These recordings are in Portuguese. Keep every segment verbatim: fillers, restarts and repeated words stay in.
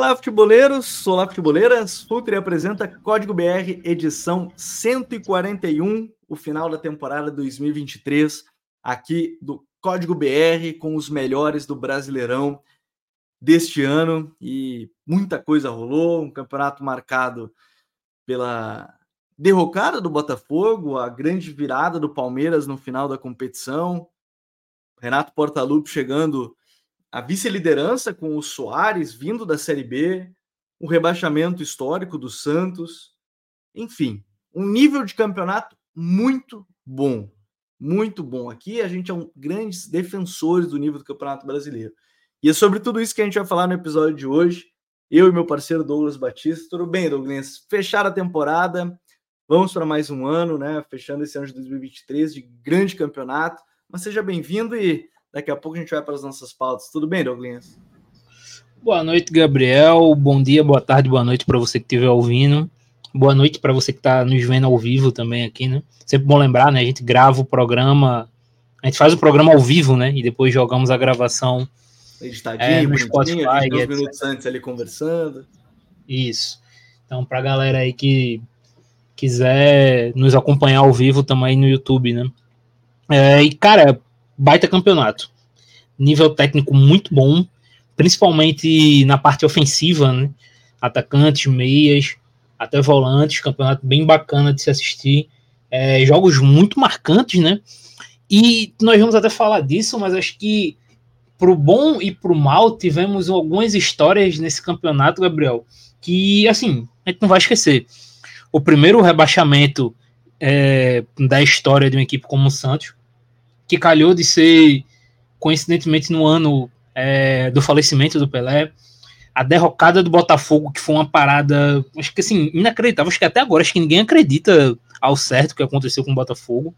Olá, futeboleiros! Olá, futeboleiras! Futre apresenta Código B R, edição cento e quarenta e um, o final da temporada dois mil e vinte e três, aqui do Código B R, com os melhores do Brasileirão deste ano. E muita coisa rolou, um campeonato marcado pela derrocada do Botafogo, a grande virada do Palmeiras no final da competição, Renato Portaluppi chegando a vice-liderança com o Soares vindo da Série B, o rebaixamento histórico do Santos, enfim, um nível de campeonato muito bom, muito bom. Aqui a gente é um grandes defensores do nível do Campeonato Brasileiro. E é sobre tudo isso que a gente vai falar no episódio de hoje, eu e meu parceiro Douglas Batista. Tudo bem, Douglas? Fecharam a temporada, vamos para mais um ano, né? Fechando esse ano de dois mil e vinte e três de grande campeonato, mas seja bem-vindo e daqui a pouco a gente vai para as nossas pautas. Tudo bem, Douglas? Boa noite, Gabriel. Bom dia, boa tarde, boa noite para você que estiver ouvindo. Boa noite para você que está nos vendo ao vivo também aqui, né? Sempre bom lembrar, né? A gente grava o programa, a gente faz o programa ao vivo, né? E depois jogamos a gravação editadinho, é, no Spotify. A gente tem uns minutos antes ali conversando. Isso. Então, para a galera aí que quiser nos acompanhar ao vivo, também aí no YouTube, né? É, e, cara, baita campeonato. Nível técnico muito bom, principalmente na parte ofensiva, né? Atacantes, meias, até volantes, campeonato bem bacana de se assistir. É, jogos muito marcantes, né? E nós vamos até falar disso, mas acho que pro bom e pro mal tivemos algumas histórias nesse campeonato, Gabriel, que, assim, a gente não vai esquecer. O primeiro rebaixamento é, da história de uma equipe como o Santos, que calhou de ser, coincidentemente, no ano é, do falecimento do Pelé, a derrocada do Botafogo, que foi uma parada, acho que assim, inacreditável, acho que até agora, acho que ninguém acredita ao certo o que aconteceu com o Botafogo,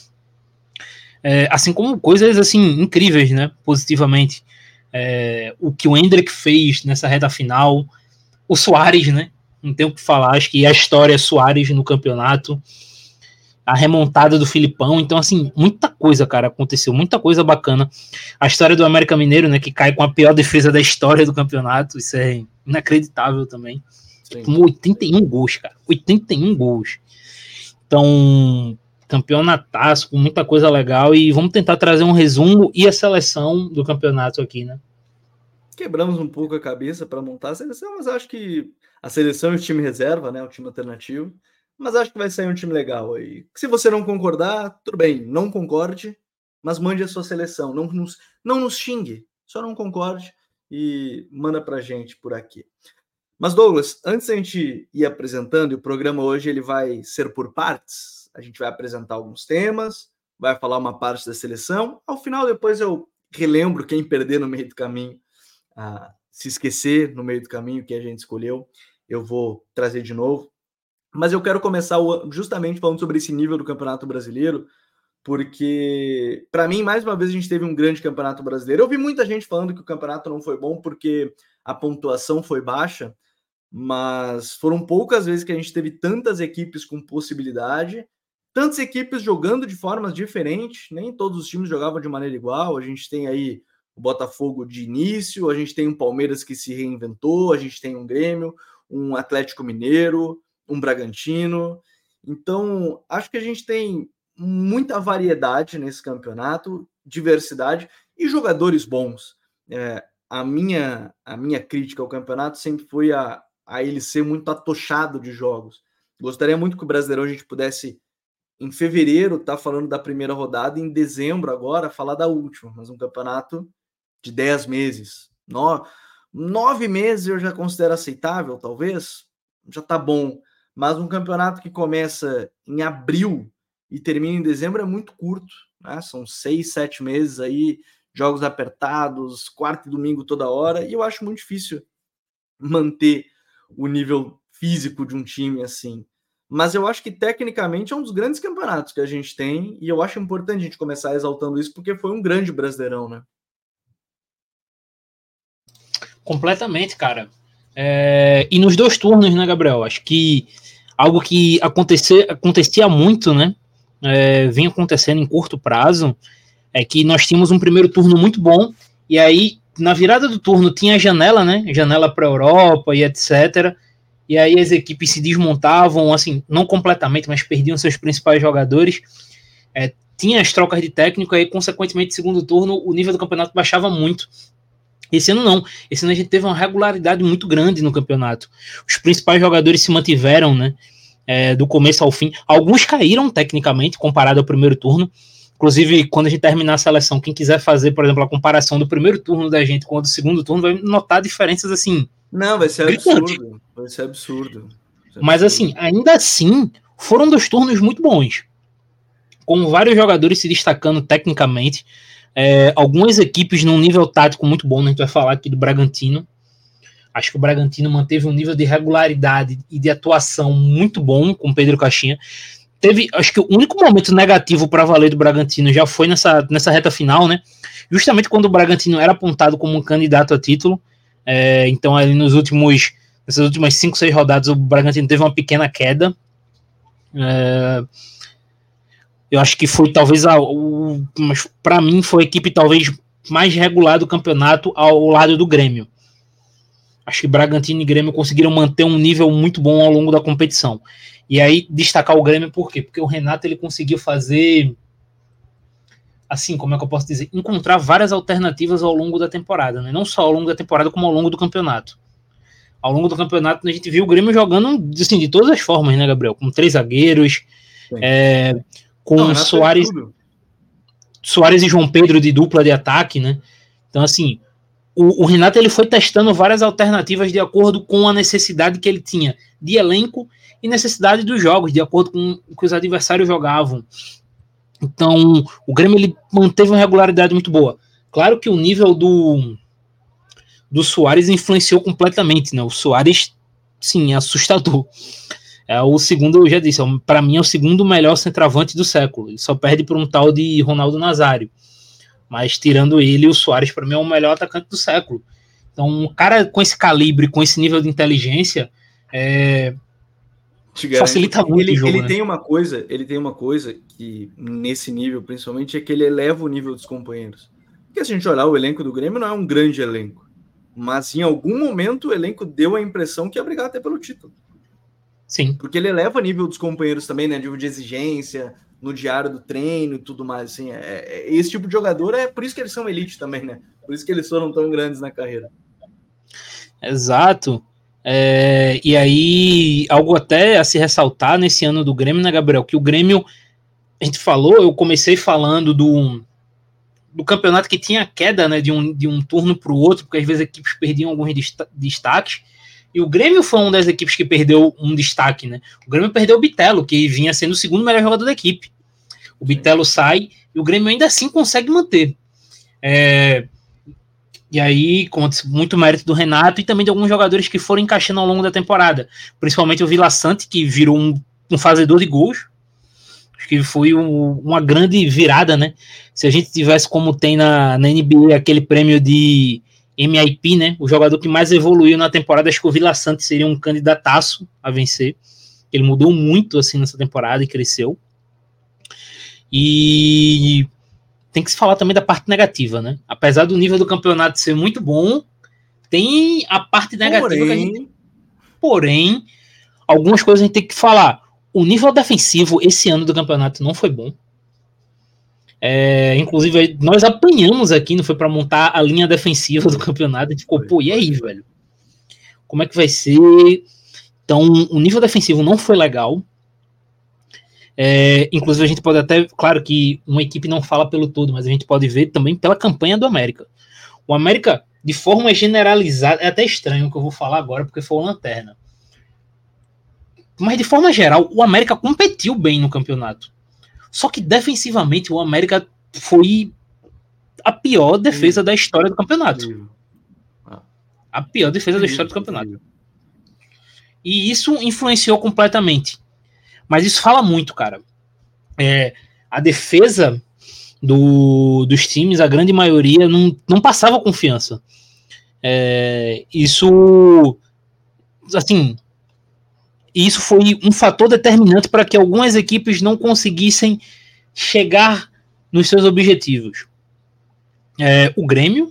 é, assim como coisas, assim, incríveis, né, positivamente, é, o que o Endrick fez nessa reta final, o Soares, né, não tem o que falar, acho que a história é Soares no campeonato, a remontada do Filipão, então assim, muita coisa, cara, aconteceu, muita coisa bacana. A história do América Mineiro, né, que cai com a pior defesa da história do campeonato, isso é inacreditável também. Com oitenta e um gols, cara, oitenta e um gols. Então, campeonataço, com muita coisa legal, e vamos tentar trazer um resumo e a seleção do campeonato aqui, né? Quebramos um pouco a cabeça para montar a seleção, mas acho que a seleção e o time reserva, né, o time alternativo, mas acho que vai sair um time legal aí. Se você não concordar, tudo bem, não concorde, mas mande a sua seleção. Não nos, não nos xingue, só não concorde e manda pra gente por aqui. Mas, Douglas, antes a gente ir apresentando, e o programa hoje ele vai ser por partes, a gente vai apresentar alguns temas, vai falar uma parte da seleção, ao final depois eu relembro quem perder no meio do caminho, ah, se esquecer no meio do caminho que a gente escolheu, eu vou trazer de novo. Mas eu quero começar justamente falando sobre esse nível do Campeonato Brasileiro, porque, para mim, mais uma vez, a gente teve um grande Campeonato Brasileiro. Eu vi muita gente falando que o campeonato não foi bom porque a pontuação foi baixa, mas foram poucas vezes que a gente teve tantas equipes com possibilidade, tantas equipes jogando de formas diferentes, nem todos os times jogavam de maneira igual. A gente tem aí o Botafogo de início, a gente tem um Palmeiras que se reinventou, a gente tem um Grêmio, um Atlético Mineiro, um Bragantino. Então, acho que a gente tem muita variedade nesse campeonato, diversidade e jogadores bons. É, a, minha, a minha crítica ao campeonato sempre foi a, a ele ser muito atochado de jogos. Gostaria muito que o Brasileirão a gente pudesse, em fevereiro, estar tá falando da primeira rodada, e em dezembro agora, falar da última, mas um campeonato de dez meses. No, nove meses eu já considero aceitável, talvez, já tá bom. Mas um campeonato que começa em abril e termina em dezembro é muito curto, né? São seis, sete meses aí, jogos apertados, quarta e domingo toda hora, e eu acho muito difícil manter o nível físico de um time assim. Mas eu acho que tecnicamente é um dos grandes campeonatos que a gente tem, e eu acho importante a gente começar exaltando isso, porque foi um grande Brasileirão, né? Completamente, cara. É... E nos dois turnos, né, Gabriel? Acho que algo que acontecia, acontecia muito, né? É, vinha acontecendo em curto prazo, é que nós tínhamos um primeiro turno muito bom, e aí na virada do turno tinha janela, né? Janela para a Europa e etcétera. E aí as equipes se desmontavam, assim, não completamente, mas perdiam seus principais jogadores. É, tinha as trocas de técnico, aí, consequentemente, segundo turno, o nível do campeonato baixava muito. Esse ano não. Esse ano a gente teve uma regularidade muito grande no campeonato. Os principais jogadores se mantiveram, né? É, do começo ao fim. Alguns caíram tecnicamente, comparado ao primeiro turno. Inclusive, quando a gente terminar a seleção, quem quiser fazer, por exemplo, a comparação do primeiro turno da gente com o do segundo turno, vai notar diferenças assim. Não, vai ser gritantes. absurdo. Vai ser absurdo. Vai ser Mas absurdo. assim, ainda assim, foram dois turnos muito bons. Com vários jogadores se destacando tecnicamente. É, algumas equipes num nível tático muito bom, né? A gente vai falar aqui do Bragantino. Acho que o Bragantino manteve um nível de regularidade e de atuação muito bom com o Pedro Caixinha. Teve, acho que o único momento negativo para valer do Bragantino já foi nessa, nessa reta final, né? Justamente quando o Bragantino era apontado como um candidato a título. É, então, ali nos últimos, nessas últimas cinco, seis rodadas, o Bragantino teve uma pequena queda. É, eu acho que foi talvez a, o, mas para mim foi a equipe talvez mais regular do campeonato ao lado do Grêmio. Acho que Bragantino e Grêmio conseguiram manter um nível muito bom ao longo da competição. E aí, destacar o Grêmio por quê? Porque o Renato ele conseguiu fazer, assim, como é que eu posso dizer? Encontrar várias alternativas ao longo da temporada, né? Não só ao longo da temporada, como ao longo do campeonato. Ao longo do campeonato, a gente viu o Grêmio jogando, assim, de todas as formas, né, Gabriel? Com três zagueiros, é, com Não, Soares, Soares e João Pedro de dupla de ataque, né? Então, assim, o, o Renato ele foi testando várias alternativas de acordo com a necessidade que ele tinha de elenco e necessidade dos jogos, de acordo com o que os adversários jogavam. Então, o Grêmio ele manteve uma regularidade muito boa. Claro que o nível do, do Soares influenciou completamente, né? O Soares, sim, é assustador. É o segundo, eu já disse, para mim é o segundo melhor centroavante do século. Ele só perde por um tal de Ronaldo Nazário. Mas tirando ele, o Soares para mim é o melhor atacante do século. Então, um cara com esse calibre, com esse nível de inteligência, é, facilita muito ele, o jogo. Ele né? tem uma coisa, ele tem uma coisa que nesse nível, principalmente, é que ele eleva o nível dos companheiros. Porque se a gente olhar o elenco do Grêmio, não é um grande elenco. Mas em algum momento o elenco deu a impressão que ia brigar até pelo título. Sim. Porque ele eleva o nível dos companheiros também, né? Nível de exigência, no diário do treino e tudo mais. Assim, é, é, esse tipo de jogador é por isso que eles são elite também, né? Por isso que eles foram tão grandes na carreira. Exato. É, e aí, algo até a se ressaltar nesse ano do Grêmio, né, Gabriel? Que o Grêmio, a gente falou, eu comecei falando do, do campeonato que tinha queda, né, de um, de um turno para o outro, porque às vezes as equipes perdiam alguns destaques. E o Grêmio foi uma das equipes que perdeu um destaque, né? O Grêmio perdeu o Bitelo, que vinha sendo o segundo melhor jogador da equipe. O Bitelo sai e o Grêmio ainda assim consegue manter. É, e aí, com muito mérito do Renato e também de alguns jogadores que foram encaixando ao longo da temporada. Principalmente o Vila Sante, que virou um, um fazedor de gols. Acho que foi um, uma grande virada, né? Se a gente tivesse como tem na, na N B A aquele prêmio de M I P, né? O jogador que mais evoluiu na temporada, acho que o Vila Sante seria um candidataço a vencer. Ele mudou muito assim nessa temporada e cresceu. E tem que se falar também da parte negativa, né? Apesar do nível do campeonato ser muito bom, tem a parte negativa Porém... que a gente... Porém, algumas coisas a gente tem que falar. O nível defensivo esse ano do campeonato não foi bom. É, inclusive, nós apanhamos aqui, não foi para montar a linha defensiva do campeonato. A gente ficou, pô, e aí, velho? Como é que vai ser? Então, o nível defensivo não foi legal. É, inclusive, a gente pode até... Claro que uma equipe não fala pelo todo, mas a gente pode ver também pela campanha do América. O América, de forma generalizada... É até estranho o que eu vou falar agora, porque foi o Lanterna. Mas, de forma geral, o América competiu bem no campeonato. Só que, defensivamente, o América foi a pior defesa Sim. da história do campeonato. A pior defesa Sim. da história do campeonato. E isso influenciou completamente. Mas isso fala muito, cara. É, a defesa do, dos times, a grande maioria, não, não passava confiança. É, isso, assim, isso foi um fator determinante para que algumas equipes não conseguissem chegar nos seus objetivos. É, o Grêmio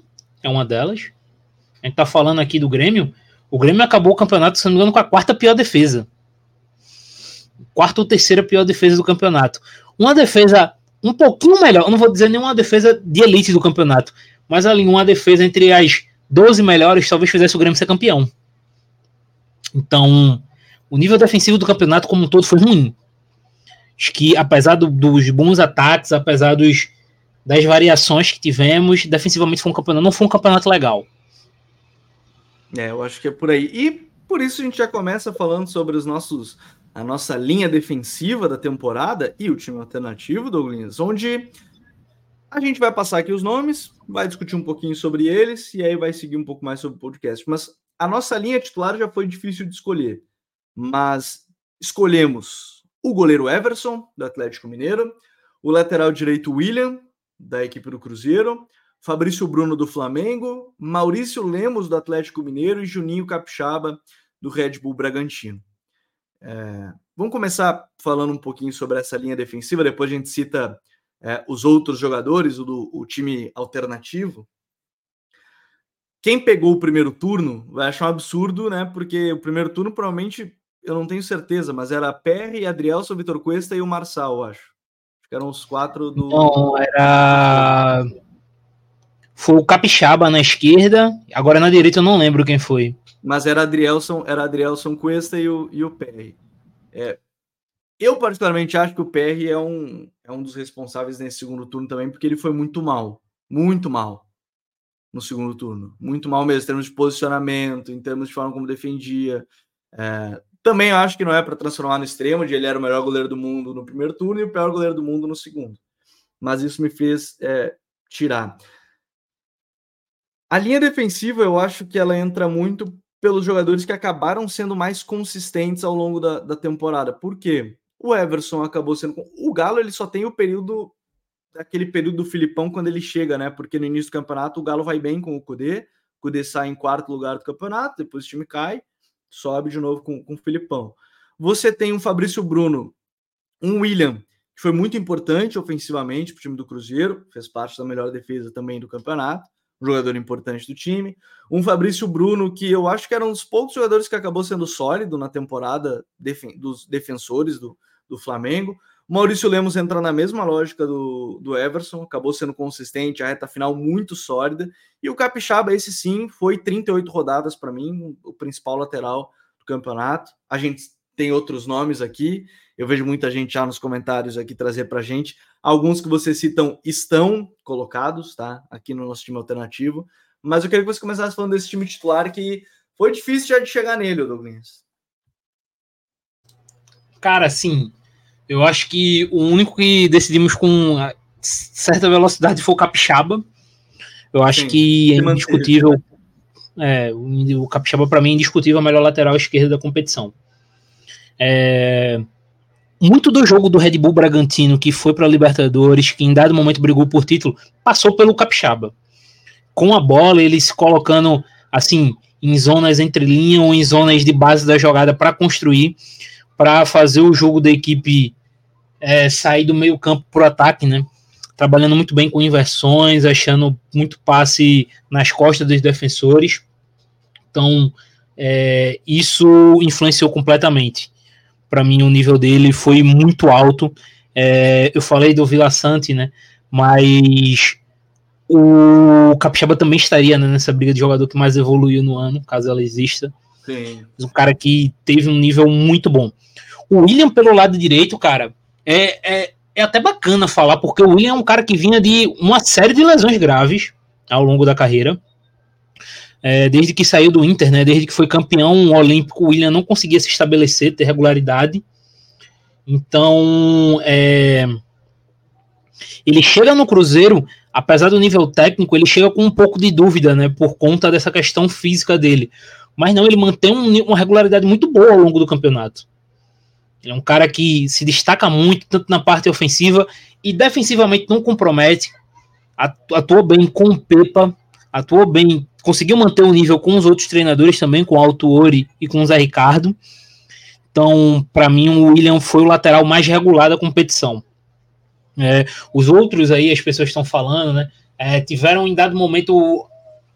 é uma delas. A gente tá falando aqui do Grêmio. O Grêmio acabou o campeonato, se não me engano, com a quarta pior defesa. Quarta ou terceira pior defesa do campeonato. Uma defesa um pouquinho melhor, eu não vou dizer nenhuma defesa de elite do campeonato, mas ali uma defesa entre as doze melhores talvez fizesse o Grêmio ser campeão. Então, o nível defensivo do campeonato como um todo foi ruim. Acho que, apesar do, dos bons ataques, apesar dos, das variações que tivemos, defensivamente foi um campeonato, não foi um campeonato legal. É, eu acho que é por aí. E por isso a gente já começa falando sobre os nossos, a nossa linha defensiva da temporada e o time alternativo, Douglas, onde a gente vai passar aqui os nomes, vai discutir um pouquinho sobre eles e aí vai seguir um pouco mais sobre o podcast. Mas a nossa linha titular já foi difícil de escolher, mas escolhemos o goleiro Everson, do Atlético Mineiro, o lateral direito William, da equipe do Cruzeiro, Fabrício Bruno, do Flamengo, Maurício Lemos, do Atlético Mineiro e Juninho Capixaba, do Red Bull Bragantino. É, vamos começar falando um pouquinho sobre essa linha defensiva, depois a gente cita é, os outros jogadores, o, do, o time alternativo. Quem pegou o primeiro turno vai achar um absurdo, né? Porque o primeiro turno provavelmente, eu não tenho certeza, mas era Perry, Adrielson, Vitor Cuesta e o Marçal, eu acho. Acho que eram os quatro do... Não, era... Foi o Capixaba na esquerda, agora na direita eu não lembro quem foi. Mas era Adrielson, era Adrielson Cuesta e o, e o Perry. É, eu particularmente acho que o Perry é um, é um dos responsáveis nesse segundo turno também, porque ele foi muito mal, muito mal no segundo turno. Muito mal mesmo, em termos de posicionamento, em termos de forma como defendia. É, também acho que não é para transformar no extremo, de ele era o melhor goleiro do mundo no primeiro turno e o pior goleiro do mundo no segundo. Mas isso me fez é, tirar. A linha defensiva, eu acho que ela entra muito pelos jogadores que acabaram sendo mais consistentes ao longo da, da temporada. Por quê? O Everson acabou sendo... O Galo, ele só tem o período... Aquele período do Filipão quando ele chega, né? Porque no início do campeonato o Galo vai bem com o Kudê. O Kudê sai em quarto lugar do campeonato, depois o time cai, sobe de novo com, com o Filipão. Você tem um Fabrício Bruno, um William, que foi muito importante ofensivamente para o time do Cruzeiro, fez parte da melhor defesa também do campeonato, um jogador importante do time. Um Fabrício Bruno, que eu acho que era um dos poucos jogadores que acabou sendo sólido na temporada defen- dos defensores do, do Flamengo. O Maurício Lemos entra na mesma lógica do, do Everson, acabou sendo consistente, a reta final muito sólida. E o Capixaba, esse sim, foi trinta e oito rodadas para mim, o principal lateral do campeonato. A gente tem outros nomes aqui, eu vejo muita gente já nos comentários aqui trazer para a gente. Alguns que vocês citam estão colocados, tá? Aqui no nosso time alternativo. Mas eu queria que você começasse falando desse time titular, que foi difícil já de chegar nele, Douglas. Cara, sim. Eu acho que o único que decidimos com certa velocidade foi o Capixaba. Eu acho Sim, que é indiscutível. É, o Capixaba, para mim, é indiscutível a melhor lateral esquerda da competição. É, muito do jogo do Red Bull Bragantino, que foi para a Libertadores, que em dado momento brigou por título, passou pelo Capixaba. Com a bola, ele se colocando assim, em zonas entre linha ou em zonas de base da jogada para construir, para fazer o jogo da equipe é, sair do meio campo para o ataque, né? Trabalhando muito bem com inversões, achando muito passe nas costas dos defensores. Então, é, isso influenciou completamente. Para mim, o nível dele foi muito alto. É, eu falei do Vila Sante, né? Mas o Capixaba também estaria, né, nessa briga de jogador que mais evoluiu no ano, caso ela exista. Sim. Um cara que teve um nível muito bom. O William, pelo lado direito, cara, é, é, é até bacana falar, porque o William é um cara que vinha de uma série de lesões graves ao longo da carreira. É, desde que saiu do Inter, né, desde que foi campeão olímpico, o William não conseguia se estabelecer, ter regularidade. Então, é, ele chega no Cruzeiro, apesar do nível técnico, ele chega com um pouco de dúvida, né, por conta dessa questão física dele. Mas não, ele mantém um, uma regularidade muito boa ao longo do campeonato. Ele é um cara que se destaca muito, tanto na parte ofensiva e defensivamente não compromete. Atuou bem com o Pepa, atuou bem, conseguiu manter o nível com os outros treinadores também, com o Altuori e com o Zé Ricardo. Então, para mim, o William foi o lateral mais regular da competição. É, os outros aí, as pessoas estão falando, né? É, tiveram em dado momento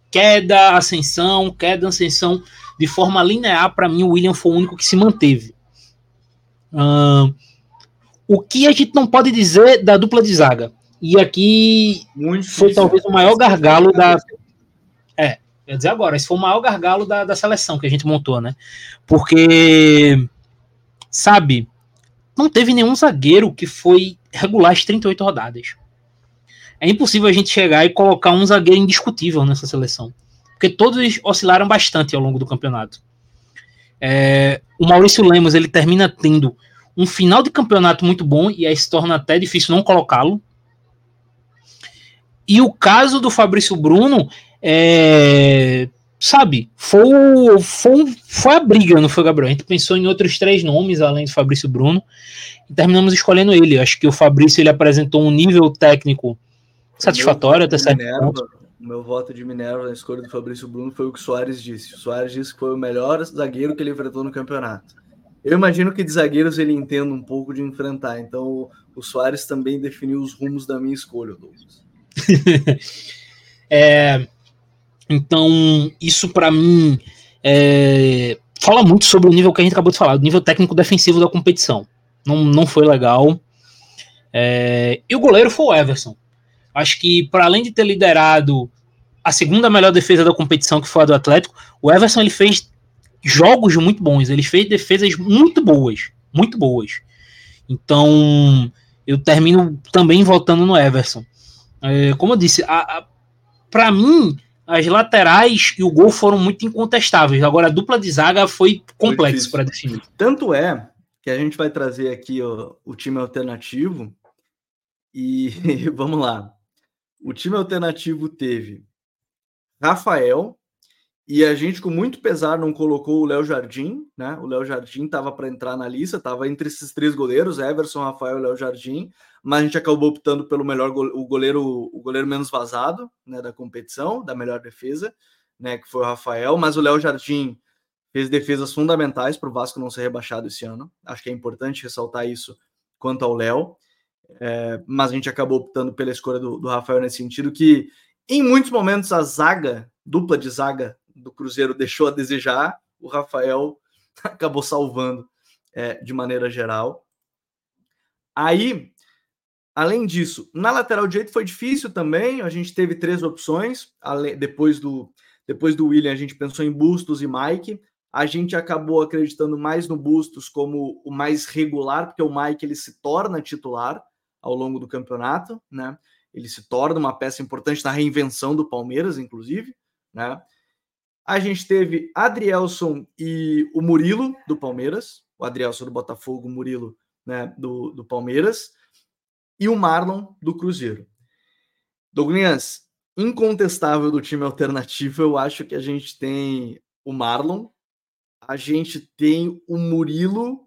queda, ascensão, queda, ascensão, de forma linear. Para mim, o William foi o único que se manteve. Uh, o que a gente não pode dizer da dupla de zaga? E aqui Muito foi difícil. Talvez o maior gargalo da... É, quer dizer agora, esse foi o maior gargalo da, da seleção que a gente montou, né? Porque, sabe, não teve nenhum zagueiro que foi regular as trinta e oito rodadas. É impossível a gente chegar e colocar um zagueiro indiscutível nessa seleção. Porque todos oscilaram bastante ao longo do campeonato. É, o Maurício Lemos, ele termina tendo um final de campeonato muito bom, e aí se torna até difícil não colocá-lo. E o caso do Fabrício Bruno, é, sabe, foi, foi, foi a briga, não foi, Gabriel? A gente pensou em outros três nomes, além do Fabrício Bruno, e terminamos escolhendo ele. Acho que o Fabrício, ele apresentou um nível técnico satisfatório até certo ponto. O meu voto de Minerva na escolha do Fabrício Bruno foi o que o Soares disse. O Soares disse que foi o melhor zagueiro que ele enfrentou no campeonato. Eu imagino que de zagueiros ele entenda um pouco de enfrentar. Então o Soares também definiu os rumos da minha escolha, Douglas. é, então, isso para mim é, fala muito sobre o nível que a gente acabou de falar, o nível técnico defensivo da competição. Não, não foi legal. É, e o goleiro foi o Everson. Acho que, para além de ter liderado a segunda melhor defesa da competição, que foi a do Atlético, o Everson ele fez jogos muito bons, ele fez defesas muito boas, muito boas. Então, eu termino também votando no Everson. É, como eu disse, para mim, as laterais e o gol foram muito incontestáveis. Agora, a dupla de zaga foi complexo para definir. Tanto é que a gente vai trazer aqui ó, o time alternativo e vamos lá. O time alternativo teve Rafael, e a gente, com muito pesar, não colocou o Léo Jardim, né? O Léo Jardim estava para entrar na lista, estava entre esses três goleiros, Everson, Rafael e Léo Jardim, mas a gente acabou optando pelo melhor o goleiro, o goleiro menos vazado, né, da competição, da melhor defesa, né, que foi o Rafael, mas o Léo Jardim fez defesas fundamentais para o Vasco não ser rebaixado esse ano. Acho que é importante ressaltar isso quanto ao Léo. É, mas a gente acabou optando pela escolha do, do Rafael nesse sentido, que em muitos momentos a zaga, dupla de zaga do Cruzeiro deixou a desejar, o Rafael acabou salvando é, de maneira geral. Aí, além disso, na lateral direita foi difícil também, a gente teve três opções, depois do, depois do William a gente pensou em Bustos e Mike, a gente acabou acreditando mais no Bustos como o mais regular, porque o Mike ele se torna titular ao longo do campeonato, né? Ele se torna uma peça importante na reinvenção do Palmeiras, inclusive, né? A gente teve Adrielson e o Murilo do Palmeiras, o Adrielson do Botafogo, o Murilo, né, do, do Palmeiras, e o Marlon do Cruzeiro. Douglas, incontestável do time alternativo, eu acho que a gente tem o Marlon, a gente tem o Murilo,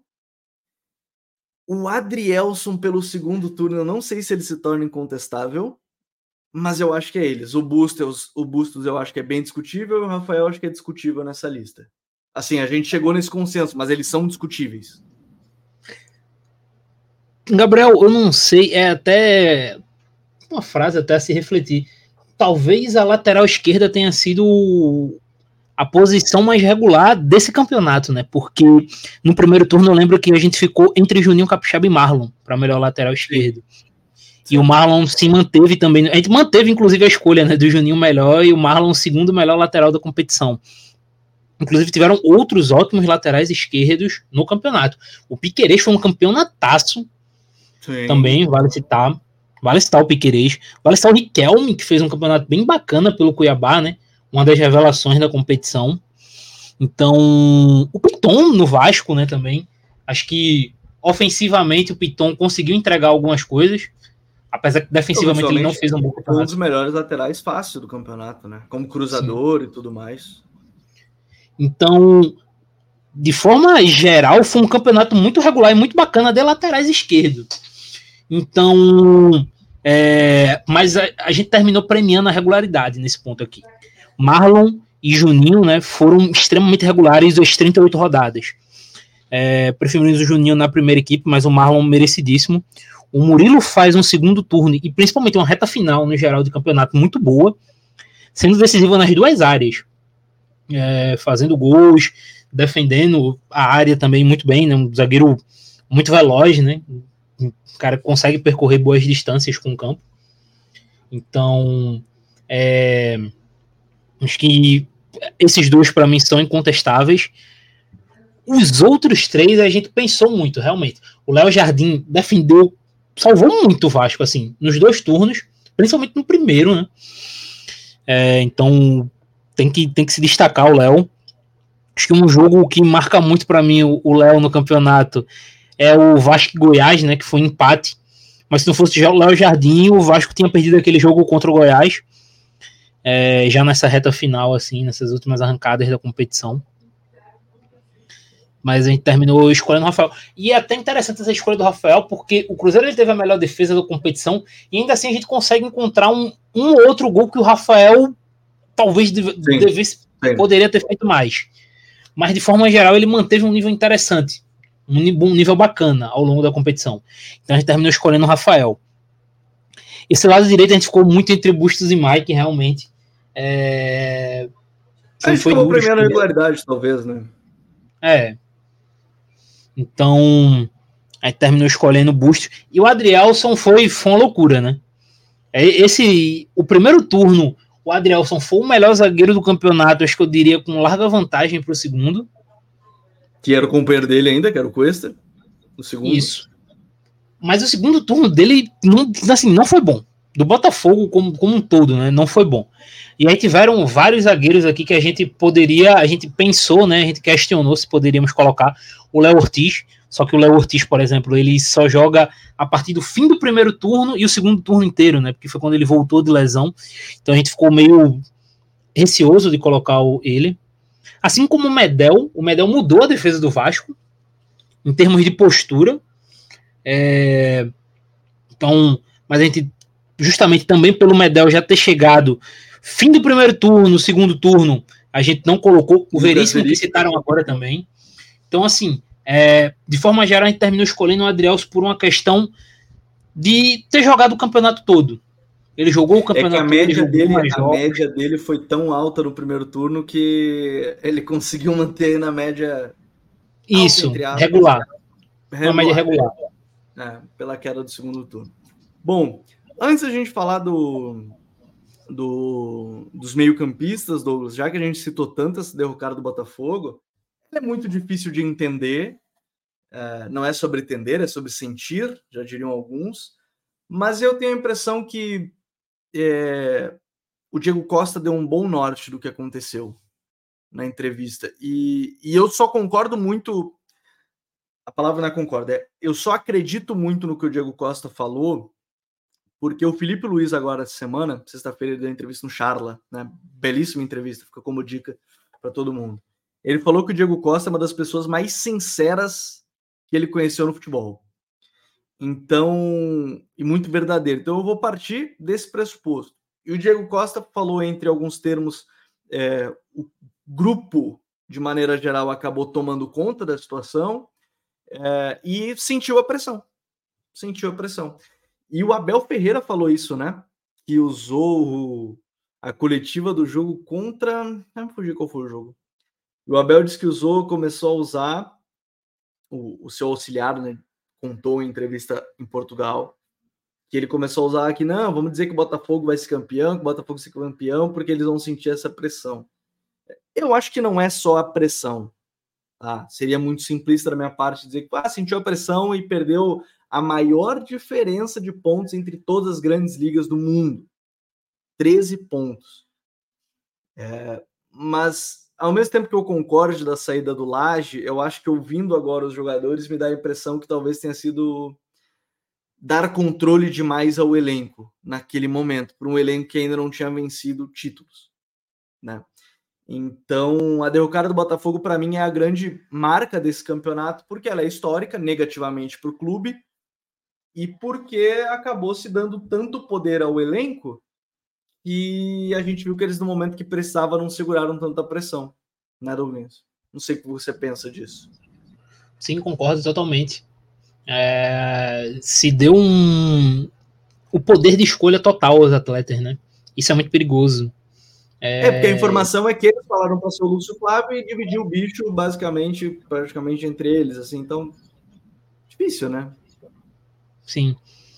o Adrielson pelo segundo turno, eu não sei se ele se torna incontestável, mas eu acho que é eles. O Bustos, o Bustos eu acho que é bem discutível, e o Rafael eu acho que é discutível nessa lista. Assim, a gente chegou nesse consenso, mas eles são discutíveis. Gabriel, eu não sei, é até uma frase até a se refletir. Talvez a lateral esquerda tenha sido a posição mais regular desse campeonato, né? Porque no primeiro turno eu lembro que a gente ficou entre Juninho, Capixaba e Marlon para melhor lateral esquerdo. Sim. E o Marlon se manteve também. A gente manteve, inclusive, a escolha, né, do Juninho melhor e o Marlon segundo melhor lateral da competição. Inclusive, tiveram outros ótimos laterais esquerdos no campeonato. O Piquerez foi um campeonataço. Sim. Também, vale citar. Vale citar o Piquerez. Vale citar o Riquelme, que fez um campeonato bem bacana pelo Cuiabá, né? Uma das revelações da competição. Então, o Piton no Vasco, né, também. Acho que, ofensivamente, o Piton conseguiu entregar algumas coisas. Apesar que defensivamente ele não fez um bom campeonato. Um dos melhores laterais fácil do campeonato, né? Como cruzador. Sim. E tudo mais. Então, de forma geral, foi um campeonato muito regular e muito bacana de laterais esquerdos. Então, é, mas a, a gente terminou premiando a regularidade nesse ponto aqui. Marlon e Juninho, né, foram extremamente regulares as trinta e oito rodadas. É, preferimos o Juninho na primeira equipe, mas o Marlon merecidíssimo. O Murilo faz um segundo turno e principalmente uma reta final no geral de campeonato muito boa. sendo decisivo nas duas áreas, é, fazendo gols, defendendo a área também muito bem, né? Um zagueiro muito veloz, né? O cara consegue percorrer boas distâncias com o campo. Então, é, acho que esses dois para mim são incontestáveis. Os outros três a gente pensou muito, realmente. O Léo Jardim defendeu, salvou muito o Vasco, assim, nos dois turnos, principalmente no primeiro, né? É, então tem que, tem que se destacar o Léo. Acho que um jogo que marca muito para mim o Léo no campeonato é o Vasco e Goiás, né? Que foi um empate. Mas se não fosse o Léo Jardim, o Vasco tinha perdido aquele jogo contra o Goiás. É, já nessa reta final, assim, nessas últimas arrancadas da competição. Mas a gente terminou escolhendo o Rafael. E é até interessante essa escolha do Rafael, porque o Cruzeiro ele teve a melhor defesa da competição, e ainda assim a gente consegue encontrar um, um outro gol que o Rafael talvez deve, sim, devesse, sim. poderia ter feito mais. Mas de forma geral ele manteve um nível interessante, um nível bacana ao longo da competição. Então a gente terminou escolhendo o Rafael. Esse lado direito a gente ficou muito entre Bustos e Mike, realmente. É... A gente foi ficou premiando a regularidade, talvez, né? É. Então, a gente terminou escolhendo o Bustos. E o Adrielson foi, foi uma loucura, né? Esse, o primeiro turno, o Adrielson foi o melhor zagueiro do campeonato, acho que eu diria com larga vantagem para o segundo. Que era o companheiro dele ainda, que era o Cuesta. O segundo. Isso. Mas o segundo turno dele não, assim, não foi bom. Do Botafogo como, como um todo, né? Não foi bom. E aí tiveram vários zagueiros aqui que a gente poderia, a gente pensou, né? A gente questionou se poderíamos colocar o Léo Ortiz. Só que o Léo Ortiz, por exemplo, ele só joga a partir do fim do primeiro turno e o segundo turno inteiro, né? Porque foi quando ele voltou de lesão. Então a gente ficou meio receoso de colocar ele. Assim como o Medel, o Medel mudou a defesa do Vasco em termos de postura. É... Então, mas a gente, justamente também pelo Medel já ter chegado fim do primeiro turno, segundo turno, a gente não colocou o Veríssimo, que citaram agora também. Então, assim, é, de forma geral, a gente terminou escolhendo o Adrielson por uma questão de ter jogado o campeonato todo. Ele jogou o campeonato é que a média todo, dele, a média dele foi tão alta no primeiro turno que ele conseguiu manter na média isso, alta, regular. regular. Uma média regular. É, pela queda do segundo turno. Bom, antes da gente falar do, do dos meio-campistas, Douglas, já que a gente citou tanto esse derrocada do Botafogo, é muito difícil de entender. É, não é sobre entender, é sobre sentir, já diriam alguns. Mas eu tenho a impressão que é, o Diego Costa deu um bom norte do que aconteceu na entrevista. E, e eu só concordo muito... A palavra não é concordo, é eu só acredito muito no que o Diego Costa falou, porque o Felipe Luiz agora, essa semana, sexta-feira, ele deu entrevista no Charla, né? Belíssima entrevista, fica como dica para todo mundo. Ele falou que o Diego Costa é uma das pessoas mais sinceras que ele conheceu no futebol. Então, e muito verdadeiro. Então eu vou partir desse pressuposto. E o Diego Costa falou, entre alguns termos, é, o grupo, de maneira geral, acabou tomando conta da situação, é, e sentiu a pressão. Sentiu a pressão. E o Abel Ferreira falou isso, né? Que usou o, a coletiva do jogo contra... Não me fugir qual foi o jogo. E o Abel disse que usou, começou a usar o, o seu auxiliar, né? Contou em entrevista em Portugal, que ele começou a usar aqui, não, vamos dizer que o Botafogo vai ser campeão, que o Botafogo vai ser campeão, porque eles vão sentir essa pressão. Eu acho que não é só a pressão. Tá? Seria muito simplista da minha parte dizer que ah, sentiu a pressão e perdeu a maior diferença de pontos entre todas as grandes ligas do mundo. treze pontos. É, mas, ao mesmo tempo que eu concordo da saída do Lage, eu acho que ouvindo agora os jogadores me dá a impressão que talvez tenha sido dar controle demais ao elenco naquele momento, para um elenco que ainda não tinha vencido títulos, né? Então, a derrocada do Botafogo, para mim, é a grande marca desse campeonato, porque ela é histórica, negativamente para o clube, e porque acabou se dando tanto poder ao elenco que a gente viu que eles, no momento que precisavam, não seguraram tanta pressão, né, Douglas? Não sei o que você pensa disso. Sim, concordo totalmente. É, se deu um... o poder de escolha total aos atletas, né? Isso é muito perigoso. É... é, porque a informação é que eles falaram para o seu Lúcio Flávio e dividiu o bicho, basicamente, praticamente entre eles, assim, então, difícil, né? Sim.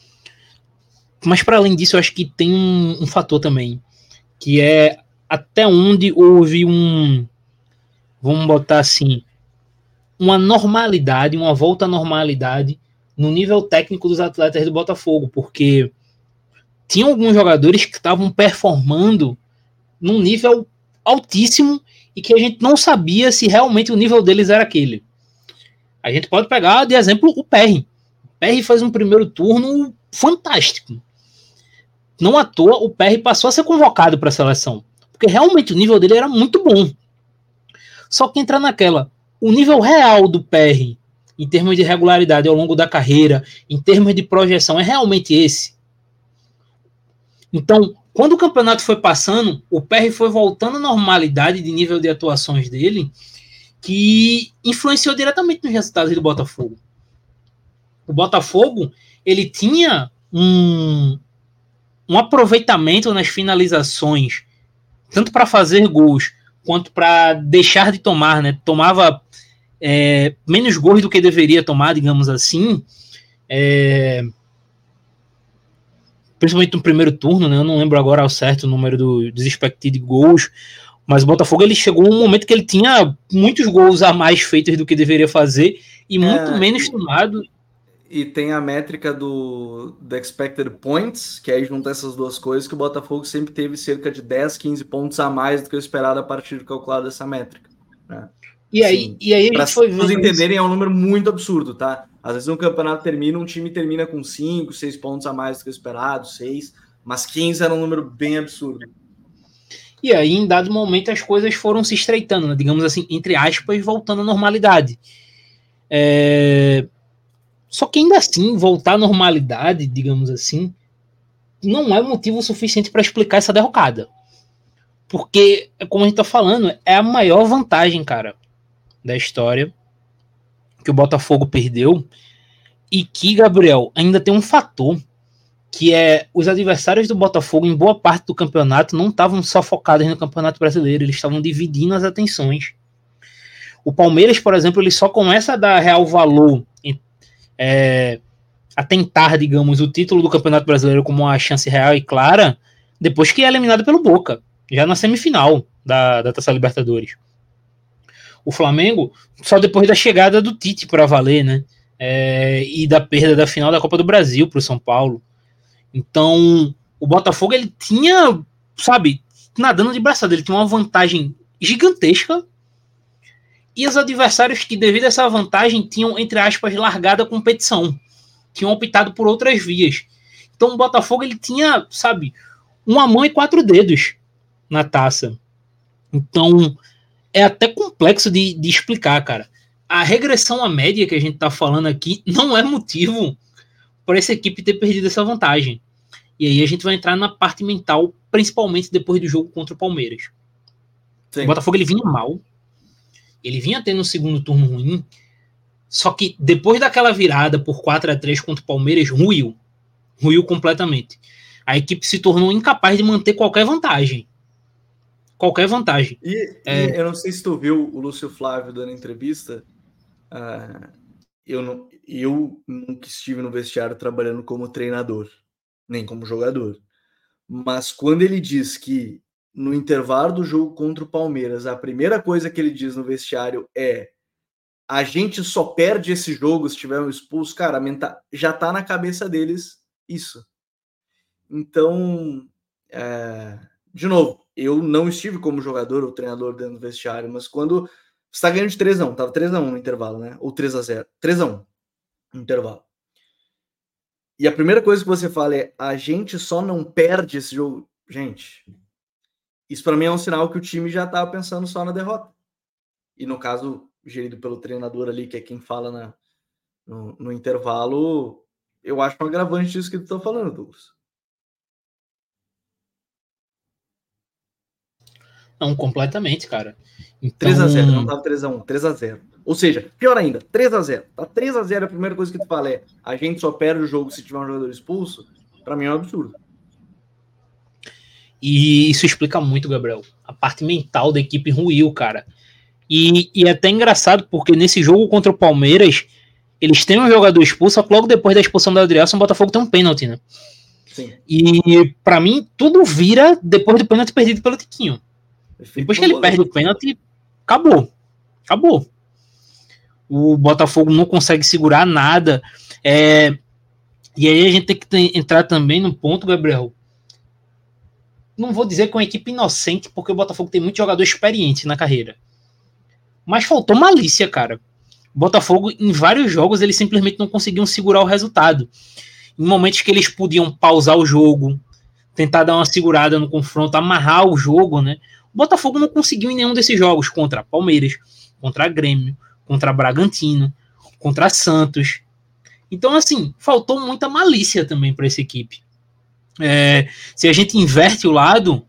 Mas, para além disso, eu acho que tem um, um fator também, que é até onde houve um, vamos botar assim, uma normalidade, uma volta à normalidade no nível técnico dos atletas do Botafogo, porque tinha alguns jogadores que estavam performando num nível altíssimo e que a gente não sabia se realmente o nível deles era aquele. A gente pode pegar de exemplo o Perry. O Perry faz um primeiro turno fantástico. Não à toa o Perry passou a ser convocado para a seleção, porque realmente o nível dele era muito bom. Só que entra naquela, o nível real do Perry, em termos de regularidade ao longo da carreira, em termos de projeção, é realmente esse. Então, quando o campeonato foi passando, o Perry foi voltando à normalidade de nível de atuações dele, que influenciou diretamente nos resultados do Botafogo. O Botafogo, ele tinha um, um aproveitamento nas finalizações, tanto para fazer gols, quanto para deixar de tomar, né? Tomava é, menos gols do que deveria tomar, digamos assim, é, principalmente no primeiro turno, né? Eu não lembro agora ao certo o número do, dos expected goals, mas o Botafogo ele chegou um momento que ele tinha muitos gols a mais feitos do que deveria fazer e muito é, menos tomado. E tem a métrica do, do expected points, que aí junta essas duas coisas, que o Botafogo sempre teve cerca de dez, quinze pontos a mais do que o esperado a partir do calculado dessa métrica. Né? E aí, Sim, e aí a gente foi ver. Para vocês entenderem, isso. É um número muito absurdo, tá? Às vezes um campeonato termina, um time termina com cinco, seis pontos a mais do que o esperado, seis, mas quinze era um número bem absurdo. E aí, em dado momento, as coisas foram se estreitando, né? Digamos assim, entre aspas, voltando à normalidade. É... Só que ainda assim, voltar à normalidade, digamos assim, não é motivo suficiente para explicar essa derrocada. Porque, como a gente tá falando, é a maior vantagem, cara, da história que o Botafogo perdeu. E que, Gabriel, ainda tem um fator que é os adversários do Botafogo, em boa parte do campeonato, não estavam só focados no Campeonato Brasileiro, eles estavam dividindo as atenções. O Palmeiras, por exemplo, ele só começa a dar real valor, é, a tentar, digamos, o título do Campeonato Brasileiro como uma chance real e clara, depois que é eliminado pelo Boca, já na semifinal da, da Taça Libertadores. O Flamengo, só depois da chegada do Tite para valer, né? É, e da perda da final da Copa do Brasil para o São Paulo. Então, o Botafogo, ele tinha, sabe, nadando de braçada, ele tinha uma vantagem gigantesca e os adversários que, devido a essa vantagem, tinham, entre aspas, largado a competição, tinham optado por outras vias. Então, o Botafogo, ele tinha, sabe, uma mão e quatro dedos na taça. Então, é até complexo de, de explicar, cara. A regressão à média que a gente tá falando aqui não é motivo para essa equipe ter perdido essa vantagem. E aí a gente vai entrar na parte mental, principalmente depois do jogo contra o Palmeiras. Sim. O Botafogo, ele vinha mal, ele vinha tendo um segundo turno ruim, só que depois daquela virada por quatro a três contra o Palmeiras, ruiu. Ruiu completamente. A equipe se tornou incapaz de manter qualquer vantagem. Qualquer vantagem. E, é... e eu não sei se tu viu o Lúcio Flávio dando entrevista. Uh, eu, não, eu nunca estive no vestiário trabalhando como treinador, nem como jogador. Mas quando ele diz que no intervalo do jogo contra o Palmeiras, a primeira coisa que ele diz no vestiário é: a gente só perde esse jogo se tiver um expulso, cara, já tá na cabeça deles isso. Então, é... de novo, eu não estive como jogador ou treinador dentro do vestiário, mas quando você tá ganhando de três a um, tava três a um no intervalo, né? Ou três a zero. três a um no intervalo. E a primeira coisa que você fala é: a gente só não perde esse jogo. Gente, isso para mim é um sinal que o time já tava pensando só na derrota. E no caso, gerido pelo treinador ali, que é quem fala na, no, no intervalo, eu acho um agravante disso que tu tá falando, Douglas. Não, completamente, cara. Então... três a zero, não tava três a um, três a zero. Ou seja, pior ainda, três a zero. Tá três a zero, a primeira coisa que tu fala é: a gente só perde o jogo se tiver um jogador expulso. Pra mim é um absurdo. E isso explica muito, Gabriel. A parte mental da equipe ruiu, cara. E, e é até engraçado, porque nesse jogo contra o Palmeiras, eles têm um jogador expulso, só que logo depois da expulsão do Adrielson, o Botafogo tem um pênalti, né? Sim. E pra mim, tudo vira depois do pênalti perdido pelo Tiquinho. Depois que ele perde o pênalti, acabou. Acabou. O Botafogo não consegue segurar nada. É... E aí a gente tem que ter, entrar também no ponto, Gabriel. Não vou dizer que é uma equipe inocente, porque o Botafogo tem muito jogador experiente na carreira. Mas faltou malícia, cara. O Botafogo, em vários jogos, eles simplesmente não conseguiam segurar o resultado. Em momentos que eles podiam pausar o jogo, tentar dar uma segurada no confronto, amarrar o jogo, né? O Botafogo não conseguiu em nenhum desses jogos, contra Palmeiras, contra Grêmio, contra Bragantino, contra Santos. Então, assim, faltou muita malícia também para essa equipe. É, se a gente inverte o lado,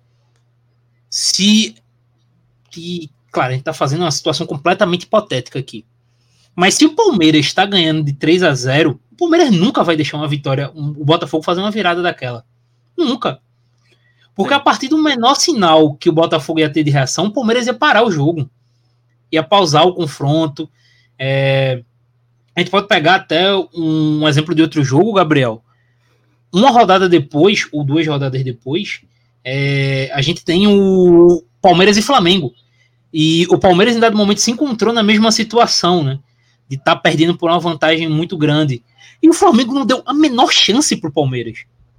se... Que, claro, a gente está fazendo uma situação completamente hipotética aqui. Mas se o Palmeiras está ganhando de três a zero, o Palmeiras nunca vai deixar uma vitória, um, o Botafogo fazer uma virada daquela. Nunca. Porque Sim. a partir do menor sinal que o Botafogo ia ter de reação, o Palmeiras ia parar o jogo. Ia pausar o confronto. É... A gente pode pegar até um exemplo de outro jogo, Gabriel. Uma rodada depois, ou duas rodadas depois, é... a gente tem o Palmeiras e Flamengo. E o Palmeiras, em dado momento, se encontrou na mesma situação, né? De estar tá perdendo por uma vantagem muito grande. E o Flamengo não deu a menor chance pro Palmeiras.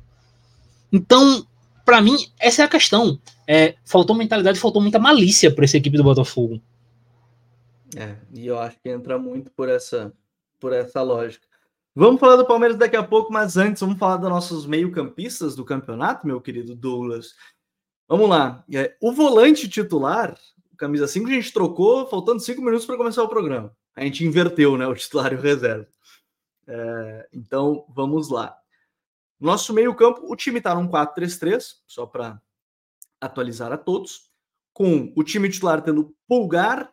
Então, para mim, essa é a questão. É, faltou mentalidade, faltou muita malícia para essa equipe do Botafogo. É, e eu acho que entra muito por essa, por essa lógica. Vamos falar do Palmeiras daqui a pouco, mas antes vamos falar dos nossos meio-campistas do campeonato, meu querido Douglas. Vamos lá. É, o volante titular, camisa cinco, a gente trocou faltando cinco minutos para começar o programa. A gente inverteu, né, o titular e o reserva. É, então, vamos lá. Nosso meio-campo, o time está num quatro três três, só para atualizar a todos, com o time titular tendo Pulgar,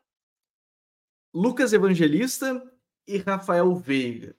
Lucas Evangelista e Rafael Veiga.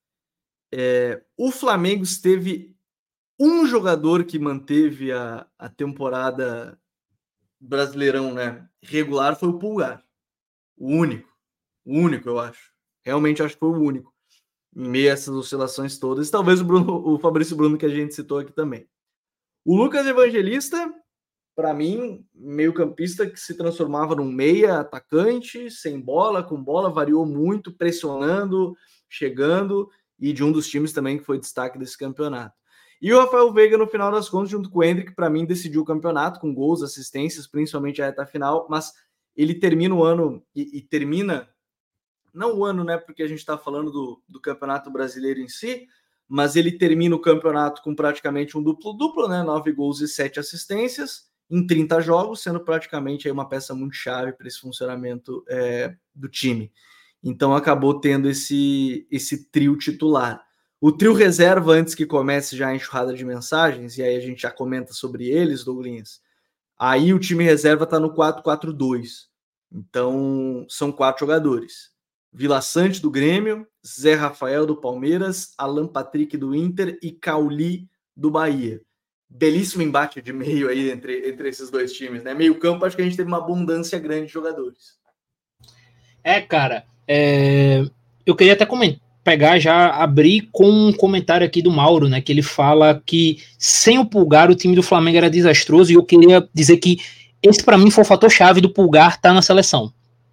É, o Flamengo teve um jogador que manteve a, a temporada Brasileirão, né, regular, foi o Pulgar. O único. O único, eu acho. Realmente acho que foi o único. Em meio a essas oscilações todas. E talvez o, Bruno, o Fabrício Bruno, que a gente citou aqui também. O Lucas Evangelista, para mim, meio campista que se transformava num meia atacante, sem bola, com bola, variou muito, pressionando, chegando, e de um dos times também que foi destaque desse campeonato. E o Rafael Veiga, no final das contas, junto com o Endrick, para mim, decidiu o campeonato, com gols, assistências, principalmente a reta final, mas ele termina o ano, e, e termina... Não o ano, né? Porque a gente está falando do, do Campeonato Brasileiro em si, mas ele termina o campeonato com praticamente um duplo-duplo, né? Nove gols e sete assistências em trinta jogos, sendo praticamente aí uma peça muito chave para esse funcionamento é, do time. Então acabou tendo esse, esse trio titular. O trio reserva, antes que comece já a enxurrada de mensagens, e aí a gente já comenta sobre eles, Douglas. Aí o time reserva está no quatro quatro dois. Então são quatro jogadores. Vila Sante do Grêmio, Zé Rafael do Palmeiras, Alan Patrick do Inter e Cauli do Bahia. Belíssimo embate de meio aí entre, entre esses dois times, né? Meio campo, acho que a gente teve uma abundância grande de jogadores. É, cara, é... eu queria até comentar, pegar, já abrir com um comentário aqui do Mauro, né? Que ele fala que sem o Pulgar o time do Flamengo era desastroso, e eu queria dizer que esse para mim foi o fator chave do Pulgar estar na seleção.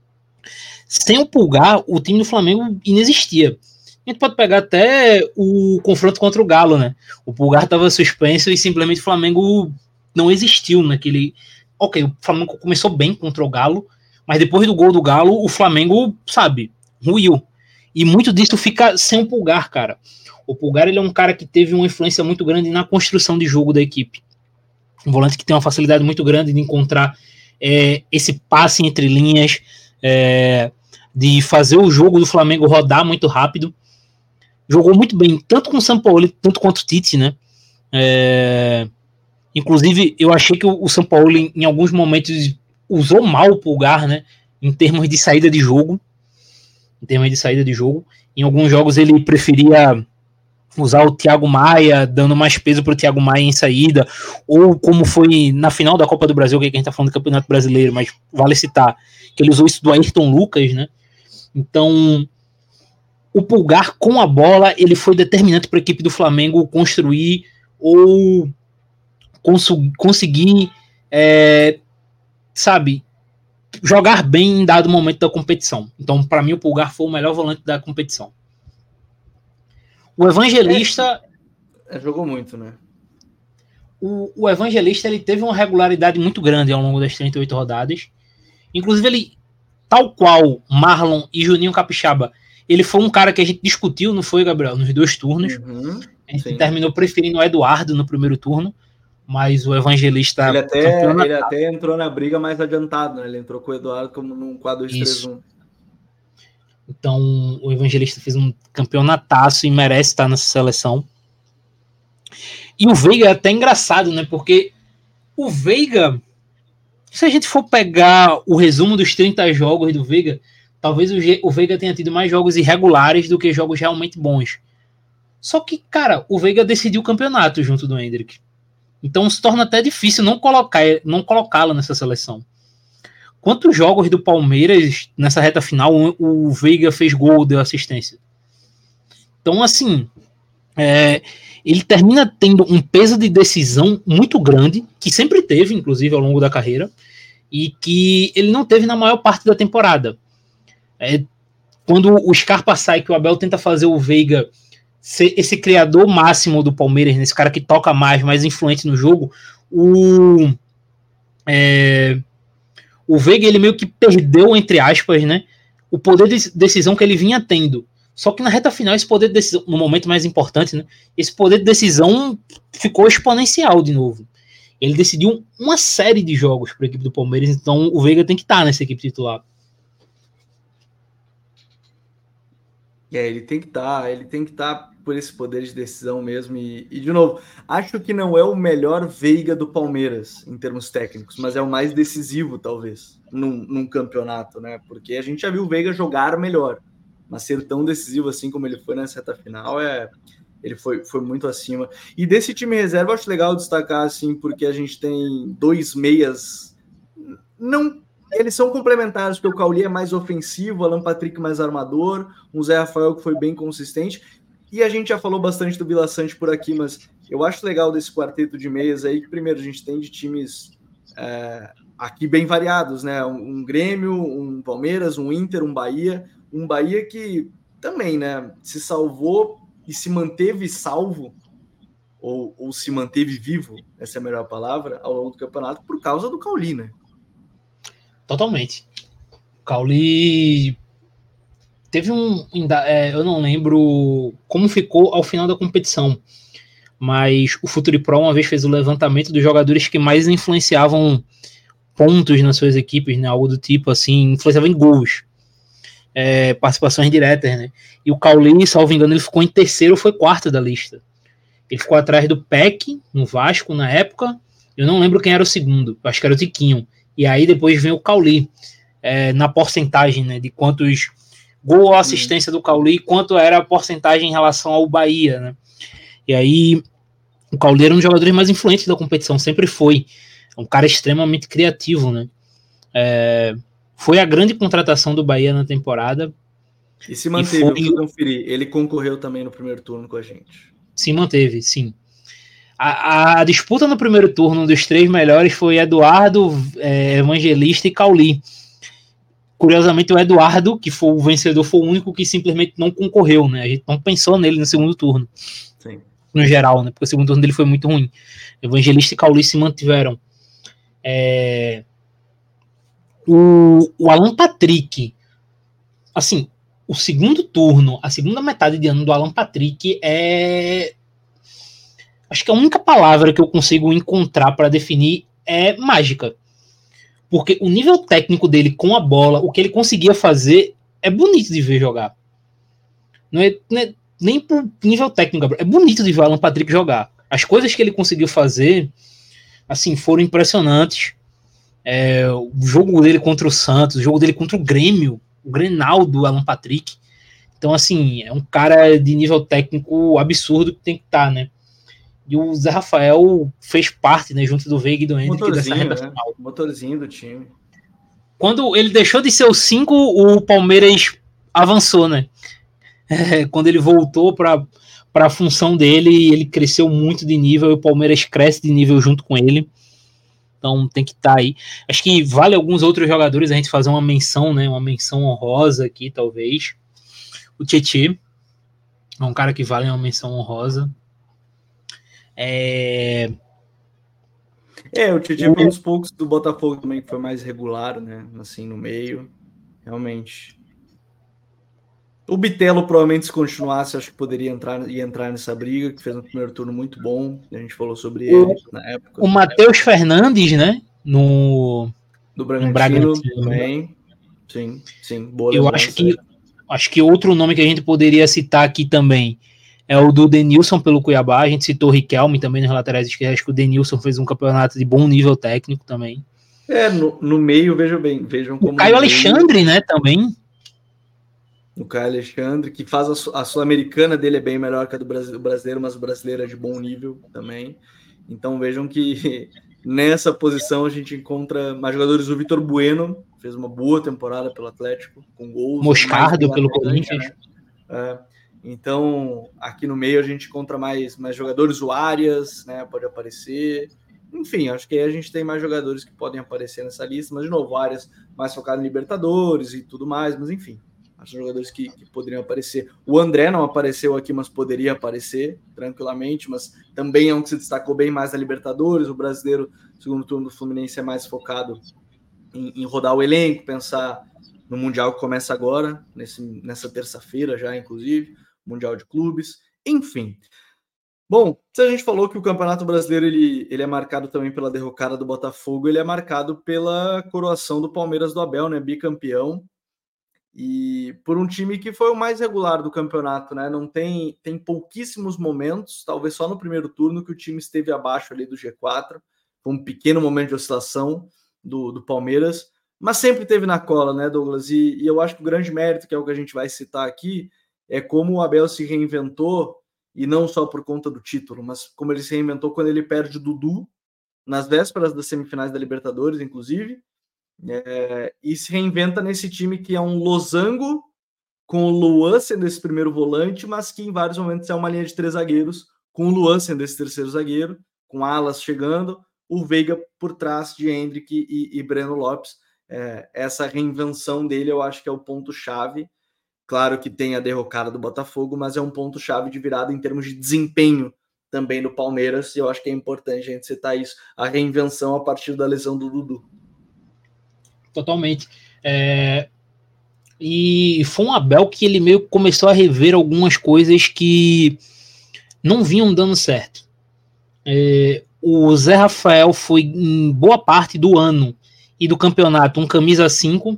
Sem o Pulgar, o time do Flamengo inexistia. A gente pode pegar até o confronto contra o Galo, né? O Pulgar estava suspenso e simplesmente o Flamengo não existiu naquele... Ok, o Flamengo começou bem contra o Galo, mas depois do gol do Galo, o Flamengo, sabe, ruiu. E muito disso fica sem o Pulgar, cara. O Pulgar, ele é um cara que teve uma influência muito grande na construção de jogo da equipe. Um volante que tem uma facilidade muito grande de encontrar é, esse passe entre linhas, É, de fazer o jogo do Flamengo rodar muito rápido. Jogou muito bem, tanto com o Sampaoli, tanto quanto o Tite, né? É, inclusive, eu achei que o Sampaoli, em alguns momentos, usou mal o Pulgar, né? Em termos de saída de jogo. Em termos de saída de jogo. Em alguns jogos, ele preferia usar o Thiago Maia, dando mais peso para o Thiago Maia em saída, ou como foi na final da Copa do Brasil, que a gente está falando do Campeonato Brasileiro, mas vale citar, que ele usou isso do Ayrton Lucas, né? Então, o Pulgar com a bola, ele foi determinante para a equipe do Flamengo construir ou cons- conseguir, é, sabe, jogar bem em dado momento da competição. Então, para mim, o Pulgar foi o melhor volante da competição. O Evangelista... É, jogou muito, né? O, o Evangelista, ele teve uma regularidade muito grande ao longo das trinta e oito rodadas. Inclusive, ele, tal qual Marlon e Juninho Capixaba, ele foi um cara que a gente discutiu, não foi, Gabriel? Nos dois turnos. Uhum, a gente sim. terminou preferindo o Eduardo no primeiro turno, mas o Evangelista... Ele até, ele até entrou na briga mais adiantado, né? Ele entrou com o Eduardo como num quatro dois três um. Então, o Evangelista fez um campeonataço e merece estar nessa seleção. E o Veiga é até engraçado, né? Porque o Veiga, se a gente for pegar o resumo dos trinta jogos do Veiga, talvez o, G, o Veiga tenha tido mais jogos irregulares do que jogos realmente bons. Só que, cara, o Veiga decidiu o campeonato junto do Endrick. Então se torna até difícil não colocar, não colocá-lo nessa seleção. Quantos jogos do Palmeiras nessa reta final o Veiga fez gol, deu assistência? Então, assim, é, ele termina tendo um peso de decisão muito grande, que sempre teve, inclusive, ao longo da carreira, e que ele não teve na maior parte da temporada. É, quando o Scarpa sai, que o Abel tenta fazer o Veiga ser esse criador máximo do Palmeiras, esse cara que toca mais, mais influente no jogo, o... É, o Veiga, ele meio que perdeu, entre aspas, né, o poder de decisão que ele vinha tendo. Só que na reta final, esse poder de decisão, no momento mais importante, né, esse poder de decisão ficou exponencial de novo. Ele decidiu uma série de jogos para a equipe do Palmeiras, então o Veiga tem que estar nessa equipe titular. É, ele tem que estar, ele tem que estar por esse poder de decisão mesmo. E, e, de novo, acho que não é o melhor Veiga do Palmeiras em termos técnicos, mas é o mais decisivo, talvez, num, num campeonato, né? Porque a gente já viu o Veiga jogar melhor, mas ser tão decisivo assim como ele foi nessa reta final, é, ele foi, foi muito acima. E desse time reserva, eu acho legal destacar, assim, porque a gente tem dois meias, não... Eles são complementares, porque o Cauli é mais ofensivo, o Alan Patrick mais armador, um Zé Rafael que foi bem consistente, e a gente já falou bastante do Vila Sante por aqui, mas eu acho legal desse quarteto de meias aí, que primeiro a gente tem de times é, aqui bem variados, né? Um, um Grêmio, um Palmeiras, um Inter, um Bahia, um Bahia que também, né, se salvou e se manteve salvo, ou, ou se manteve vivo, essa é a melhor palavra, ao longo do campeonato, por causa do Cauli, né? Totalmente. O Cauli teve um... É, eu não lembro como ficou ao final da competição, mas o Futuri Pro uma vez fez o levantamento dos jogadores que mais influenciavam pontos nas suas equipes, né, algo do tipo, assim, influenciavam em gols, é, participações diretas, né, e o Cauli, salvo engano, ele ficou em terceiro ou foi quarto da lista. Ele ficou atrás do Peck, no Vasco, na época. Eu não lembro quem era o segundo, acho que era o Tiquinho. E aí depois vem o Cauli, é, na porcentagem, né, de quantos gol ou assistência do Cauli, quanto era a porcentagem em relação ao Bahia, né. E aí o Cauli era um dos jogadores mais influentes da competição, sempre foi. Um cara extremamente criativo, né. É, foi a grande contratação do Bahia na temporada. E se manteve, e foi... eu conferi. Ele concorreu também no primeiro turno com a gente. Se manteve, sim. A, a disputa no primeiro turno dos três melhores foi Eduardo, é, Evangelista e Cauli. Curiosamente, o Eduardo, que foi o vencedor, foi o único que simplesmente não concorreu, né? A gente não pensou nele no segundo turno. Sim. No geral, né? Porque o segundo turno dele foi muito ruim. Evangelista e Cauli se mantiveram. É... O, o Alan Patrick, assim, o segundo turno, a segunda metade de ano do Alan Patrick é... Acho que a única palavra que eu consigo encontrar para definir é mágica. Porque o nível técnico dele com a bola, o que ele conseguia fazer, é bonito de ver jogar. Não é, não é nem por nível técnico, é bonito de ver o Alan Patrick jogar. As coisas que ele conseguiu fazer, assim, foram impressionantes. É, o jogo dele contra o Santos, o jogo dele contra o Grêmio, o Grenal do Alan Patrick. Então, assim, é um cara de nível técnico absurdo que tem que estar, né? E o Zé Rafael fez parte, né, junto do Veiga e do Hendrick dessa reta né? final. Motorzinho do time. Quando ele deixou de ser o cinco, o Palmeiras avançou, né? É, quando ele voltou para a função dele, ele cresceu muito de nível e o Palmeiras cresce de nível junto com ele. Então tem que estar aí. Acho que vale alguns outros jogadores a gente fazer uma menção, né? Uma menção honrosa aqui, talvez. O Tietê é um cara que vale uma menção honrosa. É, é o Tietê foi um dos poucos do Botafogo também que foi mais regular, né? Assim, no meio. Realmente. O Bitelo, provavelmente, se continuasse, acho que poderia entrar e entrar nessa briga, que fez um primeiro turno muito bom. A gente falou sobre ele o, na época. O Matheus Fernandes, né? No, do Bragantino, no Bragantino também. Sim, sim. Boa Eu lembrança, acho que, é. acho que outro nome que a gente poderia citar aqui também é o do Denilson pelo Cuiabá. A gente citou o Riquelme também nos laterais esquerdos. Acho que o Denilson fez um campeonato de bom nível técnico também. É, no, no meio, vejam bem, vejam como. O Caio Alexandre, meio, né, também. O Caio Alexandre, que faz a, a Sul-Americana dele é bem melhor que a do brasileiro, mas o brasileiro é de bom nível também. Então vejam que nessa posição a gente encontra mais jogadores. O Vitor Bueno fez uma boa temporada pelo Atlético, com gols. Moscardo pelo Corinthians. Né? É, então, aqui no meio a gente encontra mais, mais jogadores. O Arias, né, pode aparecer. Enfim, acho que aí a gente tem mais jogadores que podem aparecer nessa lista, mas de novo, Arias mais focado em Libertadores e tudo mais, mas enfim, são jogadores que, que poderiam aparecer. O André não apareceu aqui, mas poderia aparecer tranquilamente, mas também é um que se destacou bem mais na Libertadores. O brasileiro, segundo turno do Fluminense, é mais focado em, em rodar o elenco, pensar no Mundial que começa agora, nesse, nessa terça-feira já, inclusive, Mundial de Clubes, enfim. Bom, se a gente falou que o Campeonato Brasileiro ele, ele é marcado também pela derrocada do Botafogo, ele é marcado pela coroação do Palmeiras do Abel, né, bicampeão, e por um time que foi o mais regular do campeonato, né, não tem, tem pouquíssimos momentos, talvez só no primeiro turno, que o time esteve abaixo ali do G quatro, foi um pequeno momento de oscilação do, do Palmeiras, mas sempre teve na cola, né, Douglas, e, e eu acho que o grande mérito, que é o que a gente vai citar aqui, é como o Abel se reinventou, e não só por conta do título, mas como ele se reinventou quando ele perde o Dudu, nas vésperas das semifinais da Libertadores, inclusive, é, e se reinventa nesse time que é um losango, com o Luan sendo esse primeiro volante, mas que em vários momentos é uma linha de três zagueiros, com o Luan sendo esse terceiro zagueiro, com Alas chegando, o Veiga por trás de Hendrick e, e Breno Lopes. É, essa reinvenção dele eu acho que é o ponto-chave. Claro que tem a derrocada do Botafogo, mas é um ponto-chave de virada em termos de desempenho também do Palmeiras, e eu acho que é importante a gente citar isso, a reinvenção a partir da lesão do Dudu. Totalmente. É... E foi um Abel que ele meio começou a rever algumas coisas que não vinham dando certo. É... O Zé Rafael foi, em boa parte do ano e do campeonato, um camisa cinco.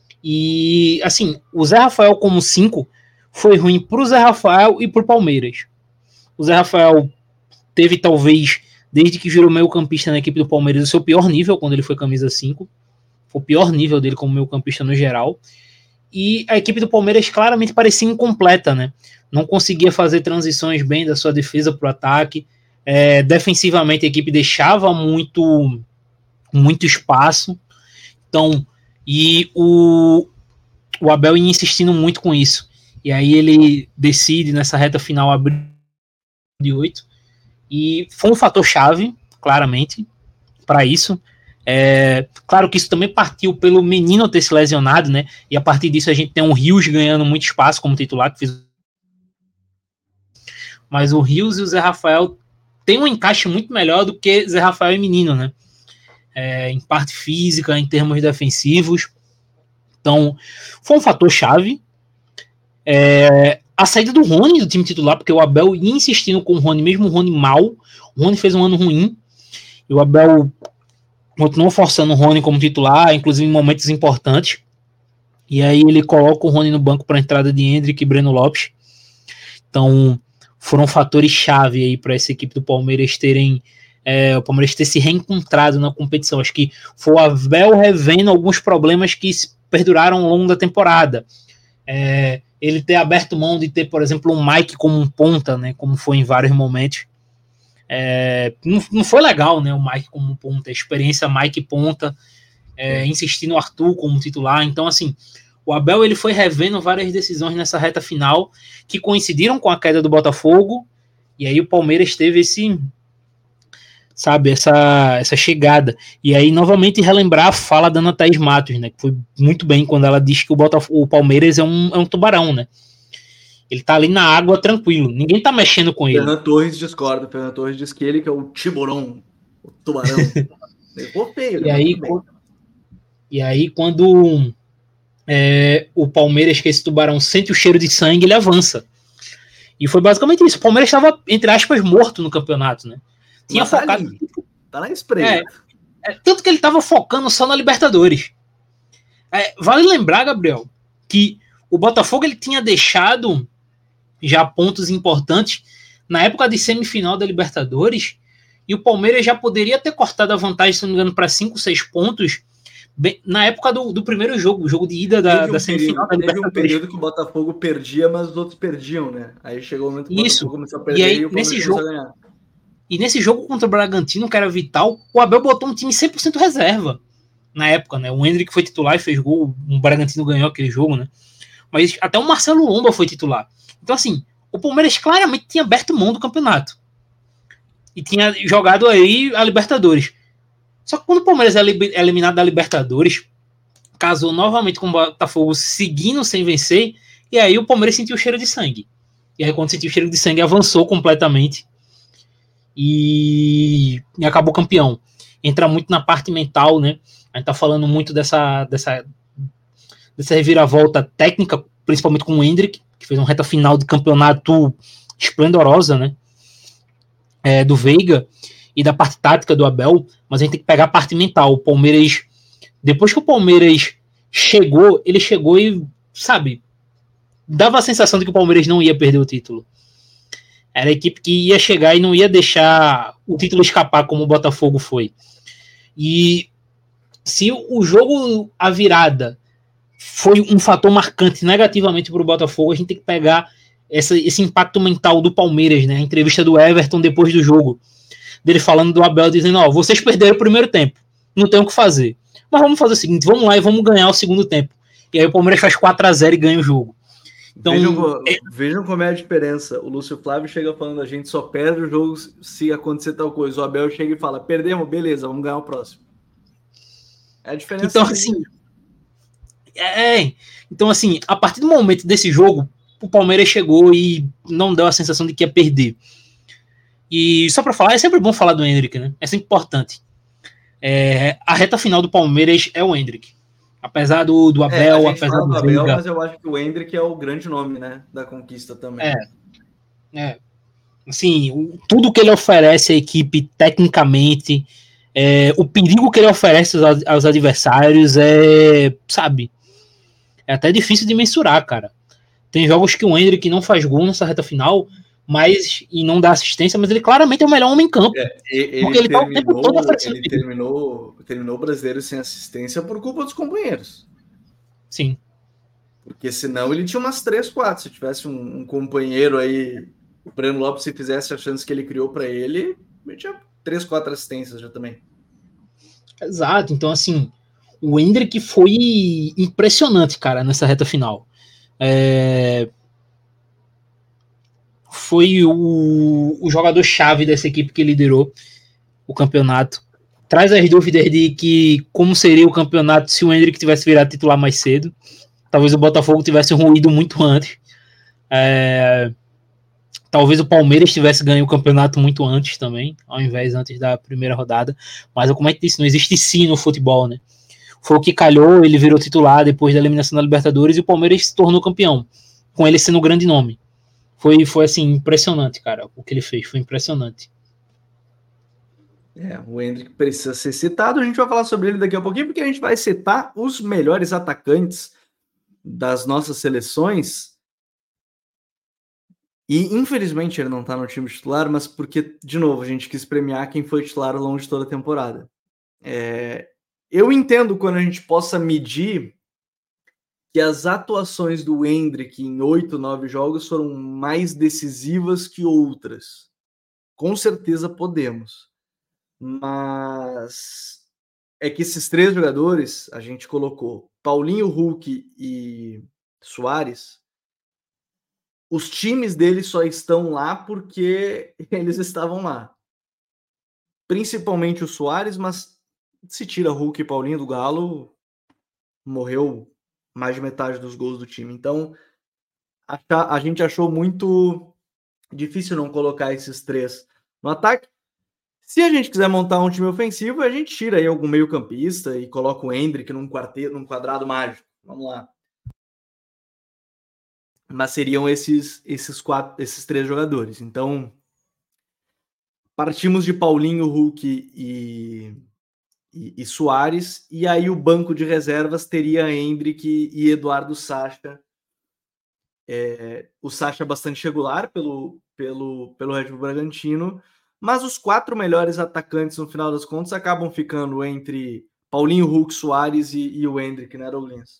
E, assim, o Zé Rafael como cinco foi ruim pro Zé Rafael e pro Palmeiras. O Zé Rafael teve, talvez, desde que virou meio campista na equipe do Palmeiras, o seu pior nível quando ele foi camisa cinco. Foi o pior nível dele como meio campista no geral. E a equipe do Palmeiras claramente parecia incompleta, né? Não conseguia fazer transições bem da sua defesa pro ataque. É, defensivamente a equipe deixava muito, muito espaço. Então... E o, o Abel ia insistindo muito com isso. E aí ele decide nessa reta final abrir de oito. E foi um fator chave, claramente, para isso. É, claro que isso também partiu pelo menino ter se lesionado, né? E a partir disso a gente tem o Rios ganhando muito espaço como titular. Que fez... Mas o Rios e o Zé Rafael têm um encaixe muito melhor do que Zé Rafael e menino, né? É, em parte física, em termos defensivos. Então, foi um fator chave. É, a saída do Rony do time titular, porque o Abel ia insistindo com o Rony, mesmo o Rony mal. O Rony fez um ano ruim. E o Abel continuou forçando o Rony como titular, inclusive em momentos importantes. E aí ele coloca o Rony no banco para a entrada de Hendrick e Breno Lopes. Então, foram fatores chave aí para essa equipe do Palmeiras terem... É, o Palmeiras ter se reencontrado na competição. Acho que foi o Abel revendo alguns problemas que perduraram ao longo da temporada. É, ele ter aberto mão de ter, por exemplo, um Mike como um ponta, né, como foi em vários momentos. É, não, não foi legal, né, o Mike como um ponta, a experiência Mike ponta, é, insistir no Arthur como titular. Então, assim, o Abel ele foi revendo várias decisões nessa reta final que coincidiram com a queda do Botafogo, e aí o Palmeiras teve esse, sabe, essa, essa chegada. E aí, novamente, relembrar a fala da Ana Thaís Matos, né, que foi muito bem quando ela disse que o, Botafogo, o Palmeiras é um, é um tubarão, né? Ele tá ali na água tranquilo, ninguém tá mexendo com ele. Fernando Torres discorda, Fernando Torres diz que ele que é o tiburão, o tubarão. Levou feio, e, aí, e aí, quando é, o Palmeiras, que esse tubarão, sente o cheiro de sangue, ele avança. E foi basicamente isso. O Palmeiras estava, entre aspas, morto no campeonato, né? Tinha Mas tá focado. ali, tá na espreita. É, é, tanto que ele estava focando só na Libertadores. É, vale lembrar, Gabriel, que o Botafogo ele tinha deixado já pontos importantes na época de semifinal da Libertadores, e o Palmeiras já poderia ter cortado a vantagem, se não me engano, para cinco, seis pontos bem, na época do, do primeiro jogo, o jogo de ida da, um da semifinal período, da Libertadores. Teve um período que o Botafogo perdia, mas os outros perdiam, né? Aí chegou o momento que o Isso. Botafogo começou a perder e, aí, e o Palmeiras nesse começou jogo, a ganhar. E nesse jogo contra o Bragantino, que era vital, o Abel botou um time cem por cento reserva na época, né? O Hendrick foi titular e fez gol, o Bragantino ganhou aquele jogo, né? Mas até o Marcelo Lomba foi titular. Então, assim, o Palmeiras claramente tinha aberto mão do campeonato. E tinha jogado aí a Libertadores. Só que quando o Palmeiras é eliminado da Libertadores, casou novamente com o Botafogo seguindo sem vencer, e aí o Palmeiras sentiu o cheiro de sangue. E aí quando sentiu o cheiro de sangue, avançou completamente e, e acabou campeão. Entra muito na parte mental, né? A gente tá falando muito dessa, dessa, dessa reviravolta técnica, principalmente com o Hendrick, que fez uma reta final de campeonato esplendorosa, né? É, do Veiga, e da parte tática do Abel, mas a gente tem que pegar a parte mental. O Palmeiras, depois que o Palmeiras chegou, ele chegou e, sabe, dava a sensação de que o Palmeiras não ia perder o título. Era a equipe que ia chegar e não ia deixar o título escapar como o Botafogo foi. E se o jogo, a virada, foi um fator marcante negativamente para o Botafogo, a gente tem que pegar essa, esse impacto mental do Palmeiras, né? A entrevista do Everton depois do jogo, dele falando do Abel, dizendo, ó, vocês perderam o primeiro tempo, não tem o que fazer. Mas vamos fazer o seguinte, vamos lá e vamos ganhar o segundo tempo. E aí o Palmeiras faz quatro a zero e ganha o jogo. Então, vejam, é... vejam como é a diferença. O Lúcio Flávio chega falando, a gente só perde o jogo se acontecer tal coisa. O Abel chega e fala, perdemos, beleza, vamos ganhar o próximo. É a diferença. Então, assim, é, então, assim, a partir do momento desse jogo, o Palmeiras chegou e não deu a sensação de que ia perder. E só para falar, é sempre bom falar do Hendrick, né? É sempre importante. É, a reta final do Palmeiras é o Hendrick. Apesar do, do Abel, é, apesar do, do Abel, Veiga, mas eu acho que o Hendrick é o grande nome, né, da conquista também. É, é. Assim, tudo que ele oferece à equipe tecnicamente, é, o perigo que ele oferece aos, aos adversários é, sabe, é até difícil de mensurar, cara. Tem jogos que o Hendrick não faz gol nessa reta final, mas e não dá assistência, mas ele claramente é o melhor homem em campo. É, ele porque ele terminou, tá o tempo todo oferecendo. Ele terminou, terminou o brasileiro sem assistência por culpa dos companheiros. Sim. Porque senão ele tinha umas três, quatro. Se tivesse um, um companheiro aí, o Breno Lopes, se fizesse a chance que ele criou para ele, ele tinha três, quatro assistências já também. Exato. Então, assim, o Hendrick foi impressionante, cara, nessa reta final. É... Foi o, o jogador-chave dessa equipe que liderou o campeonato. Traz as dúvidas de que como seria o campeonato se o Hendrick tivesse virado titular mais cedo. Talvez o Botafogo tivesse ruído muito antes. É... Talvez o Palmeiras tivesse ganho o campeonato muito antes também, ao invés antes da primeira rodada. Mas como é que disse, não existe sim no futebol, né? Foi o que calhou, ele virou titular depois da eliminação da Libertadores e o Palmeiras se tornou campeão, com ele sendo um grande nome. Foi, foi assim, impressionante, cara, o que ele fez, foi impressionante. É, o Hendrick precisa ser citado, a gente vai falar sobre ele daqui a pouquinho, porque a gente vai citar os melhores atacantes das nossas seleções. E, infelizmente, ele não tá no time titular, mas porque, de novo, a gente quis premiar quem foi titular ao longo de toda a temporada. É, eu entendo quando a gente possa medir que as atuações do Endrick em oito, nove jogos foram mais decisivas que outras. Com certeza podemos. Mas é que esses três jogadores, a gente colocou Paulinho, Hulk e Soares, os times deles só estão lá porque eles estavam lá. Principalmente o Soares, mas se tira Hulk e Paulinho do Galo, morreu mais de metade dos gols do time. Então, a, a gente achou muito difícil não colocar esses três no ataque. Se a gente quiser montar um time ofensivo, a gente tira aí algum meio campista e coloca o Endrick num, quarteto, num quadrado mágico. Vamos lá. Mas seriam esses, esses, quatro, esses três jogadores. Então, partimos de Paulinho, Hulk e, e, e Soares, e aí o banco de reservas teria Endrick e Eduardo Sacha. É, o Sacha é bastante regular pelo, pelo, pelo Red Bull Bragantino, mas os quatro melhores atacantes, no final das contas, acabam ficando entre Paulinho, Hulk, Soares e, e o Endrick, né, Douglas?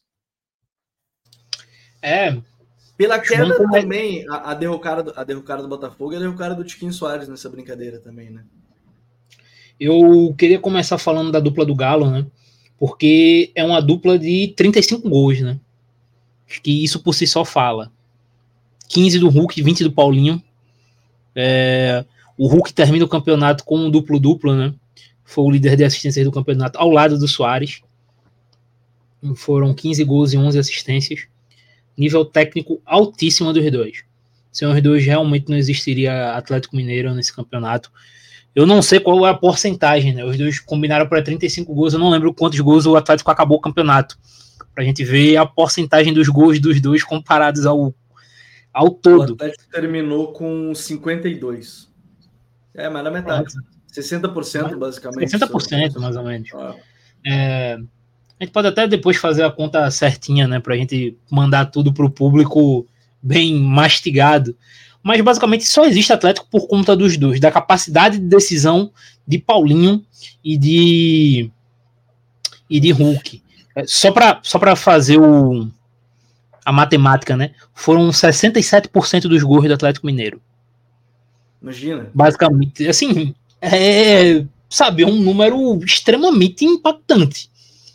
É... Pela queda também, a, a, derrocada do, a derrocada do Botafogo e a derrocada do Tiquinho Soares nessa brincadeira também, né? Eu queria começar falando da dupla do Galo, né? Porque é uma dupla de trinta e cinco gols, né? Acho que isso por si só fala. quinze do Hulk, vinte do Paulinho. É, o Hulk termina o campeonato com um duplo-duplo, né? Foi o líder de assistências do campeonato ao lado do Soares. Foram quinze gols e onze assistências. Nível técnico altíssimo dos dois. Sem os dois, realmente não existiria Atlético Mineiro nesse campeonato. Eu não sei qual é a porcentagem, né? Os dois combinaram para trinta e cinco gols. Eu não lembro quantos gols o Atlético acabou o campeonato. Pra gente ver a porcentagem dos gols dos dois comparados ao, ao todo. O Atlético terminou com cinquenta e dois. É, mais da metade. sessenta por cento, basicamente. sessenta por cento, mais ou menos. Ah. É... A gente pode até depois fazer a conta certinha, né, pra gente mandar tudo pro público bem mastigado. Mas basicamente só existe Atlético por conta dos dois, da capacidade de decisão de Paulinho e de e de Hulk. Só para só para fazer o, a matemática, né? Foram sessenta e sete por cento dos gols do Atlético Mineiro. Imagina. Basicamente, assim, é, sabe, é um número extremamente impactante.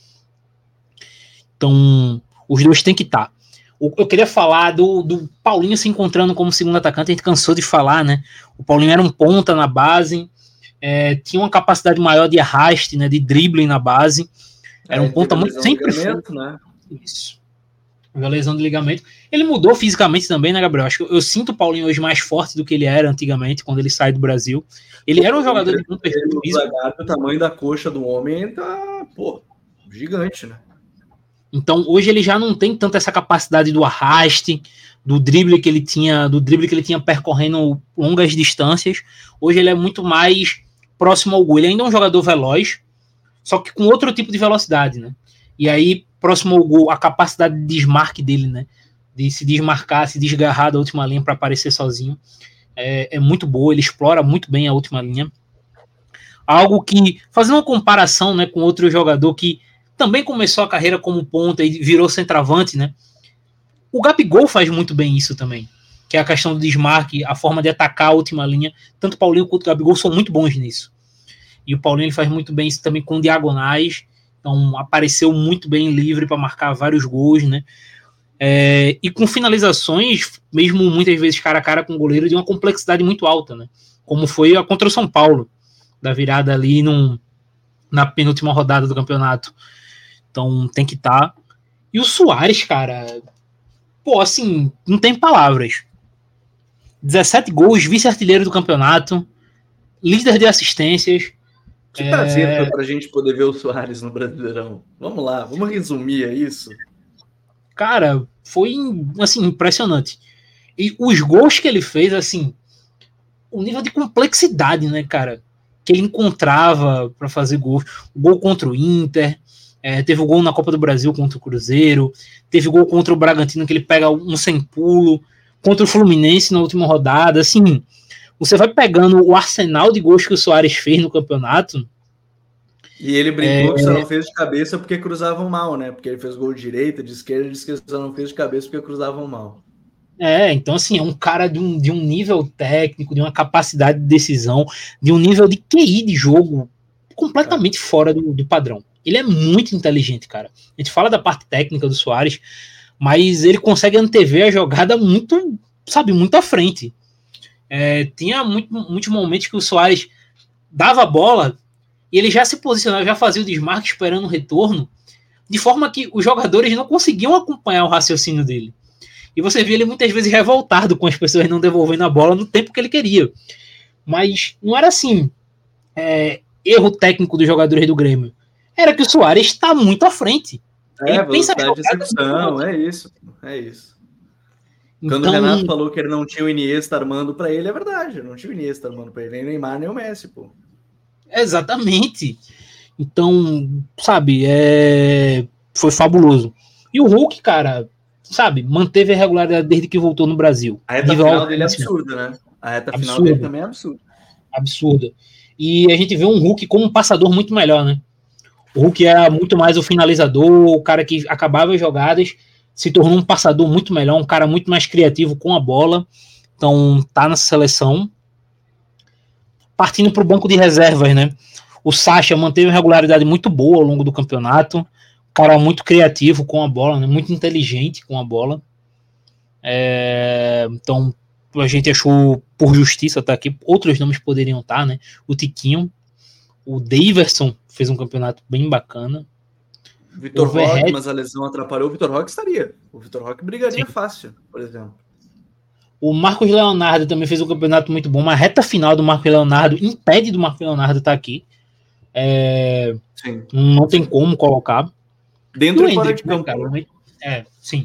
Então, os dois têm que estar. Eu queria falar do, do Paulinho se encontrando como segundo atacante. A gente cansou de falar, né? O Paulinho era um ponta na base, é, tinha uma capacidade maior de arraste, né, de dribbling na base. Era um é, ponta muito sempre ligamento, né? Isso. Uma lesão de ligamento. Ele mudou fisicamente também, né, Gabriel? Acho que eu, eu sinto o Paulinho hoje mais forte do que ele era antigamente, quando ele sai do Brasil. Ele era um jogador de muito perfil físico. O tamanho da coxa do homem tá, pô, gigante, né? Então, hoje ele já não tem tanto essa capacidade do arraste, do drible que ele tinha, do drible que ele tinha percorrendo longas distâncias. Hoje ele é muito mais próximo ao gol. Ele ainda é um jogador veloz, só que com outro tipo de velocidade, né? E aí, próximo ao gol, a capacidade de desmarque dele, né? De se desmarcar, se desgarrar da última linha para aparecer sozinho, é, é muito boa. Ele explora muito bem a última linha. Algo que, fazendo uma comparação, né, com outro jogador que também começou a carreira como ponta e virou centroavante, né? O Gabigol faz muito bem isso também, que é a questão do desmarque, a forma de atacar a última linha. Tanto o Paulinho quanto o Gabigol são muito bons nisso. E o Paulinho ele faz muito bem isso também com diagonais. Então apareceu muito bem livre para marcar vários gols, né? É, e com finalizações, mesmo muitas vezes cara a cara com o goleiro, de uma complexidade muito alta, né? Como foi a contra o São Paulo, da virada ali num, na penúltima rodada do campeonato. Então tem que estar. Tá. E o Soares, cara, pô, assim, não tem palavras. dezessete gols, vice-artilheiro do campeonato, líder de assistências. Que prazer é... foi pra gente poder ver o Soares no Brasileirão. Vamos lá, vamos resumir é isso? Cara, foi, assim, impressionante. E os gols que ele fez, assim, o nível de complexidade, né, cara, que ele encontrava para fazer gols. O gol contra o Inter, é, teve o gol na Copa do Brasil contra o Cruzeiro, teve o gol contra o Bragantino que ele pega um sem pulo, contra o Fluminense na última rodada. Assim, você vai pegando o arsenal de gols que o Soares fez no campeonato E ele brincou é... que só não fez de cabeça porque cruzavam mal, né? Porque ele fez gol de direita, de esquerda, disse que só não fez de cabeça porque cruzavam mal. É, então assim, é um cara de um, de um nível técnico, de uma capacidade de decisão, de um nível de Q I de jogo completamente é. fora do, do padrão. Ele é muito inteligente, cara. A gente fala da parte técnica do Suárez, mas ele consegue antever a jogada muito, sabe, muito à frente. É, tinha muito, muitos momentos que o Suárez dava a bola e ele já se posicionava, já fazia o desmarque esperando o retorno, de forma que os jogadores não conseguiam acompanhar o raciocínio dele. E você via ele muitas vezes revoltado com as pessoas não devolvendo a bola no tempo que ele queria. Mas não era assim, é, erro técnico dos jogadores do Grêmio. Era que o Suárez está muito à frente. É, ele pensa de execução, é isso, é isso. Quando então, o Renato falou que ele não tinha o Iniesta armando para ele, é verdade, não tinha o Iniesta armando para ele, nem o Neymar, nem o Messi, pô. Exatamente. Então, sabe, é... foi fabuloso. E o Hulk, cara, sabe, manteve a regularidade desde que voltou no Brasil. A reta Nível final dele é absurda, né? A reta absurda. final dele também é absurda. Absurda. E a gente vê um Hulk como um passador muito melhor, né? O Hulk era muito mais o finalizador, o cara que acabava as jogadas, se tornou um passador muito melhor, um cara muito mais criativo com a bola. Então, tá na seleção. Partindo para o banco de reservas, né? O Sacha manteve uma regularidade muito boa ao longo do campeonato. Um cara muito criativo com a bola, né? Muito inteligente com a bola. É... Então, a gente achou por justiça estar aqui. Outros nomes poderiam estar, né? O Tiquinho. O Daverson fez um campeonato bem bacana. Vitor Roque, mas a lesão atrapalhou. O Vitor Roque estaria. O Vitor Roque brigaria Sim. fácil, por exemplo. O Marcos Leonardo também fez um campeonato muito bom. Uma reta final do Marcos Leonardo impede do Marcos Leonardo estar aqui. É... Sim. Não tem como colocar. Dentro e fora de campo. Cara, é, sim.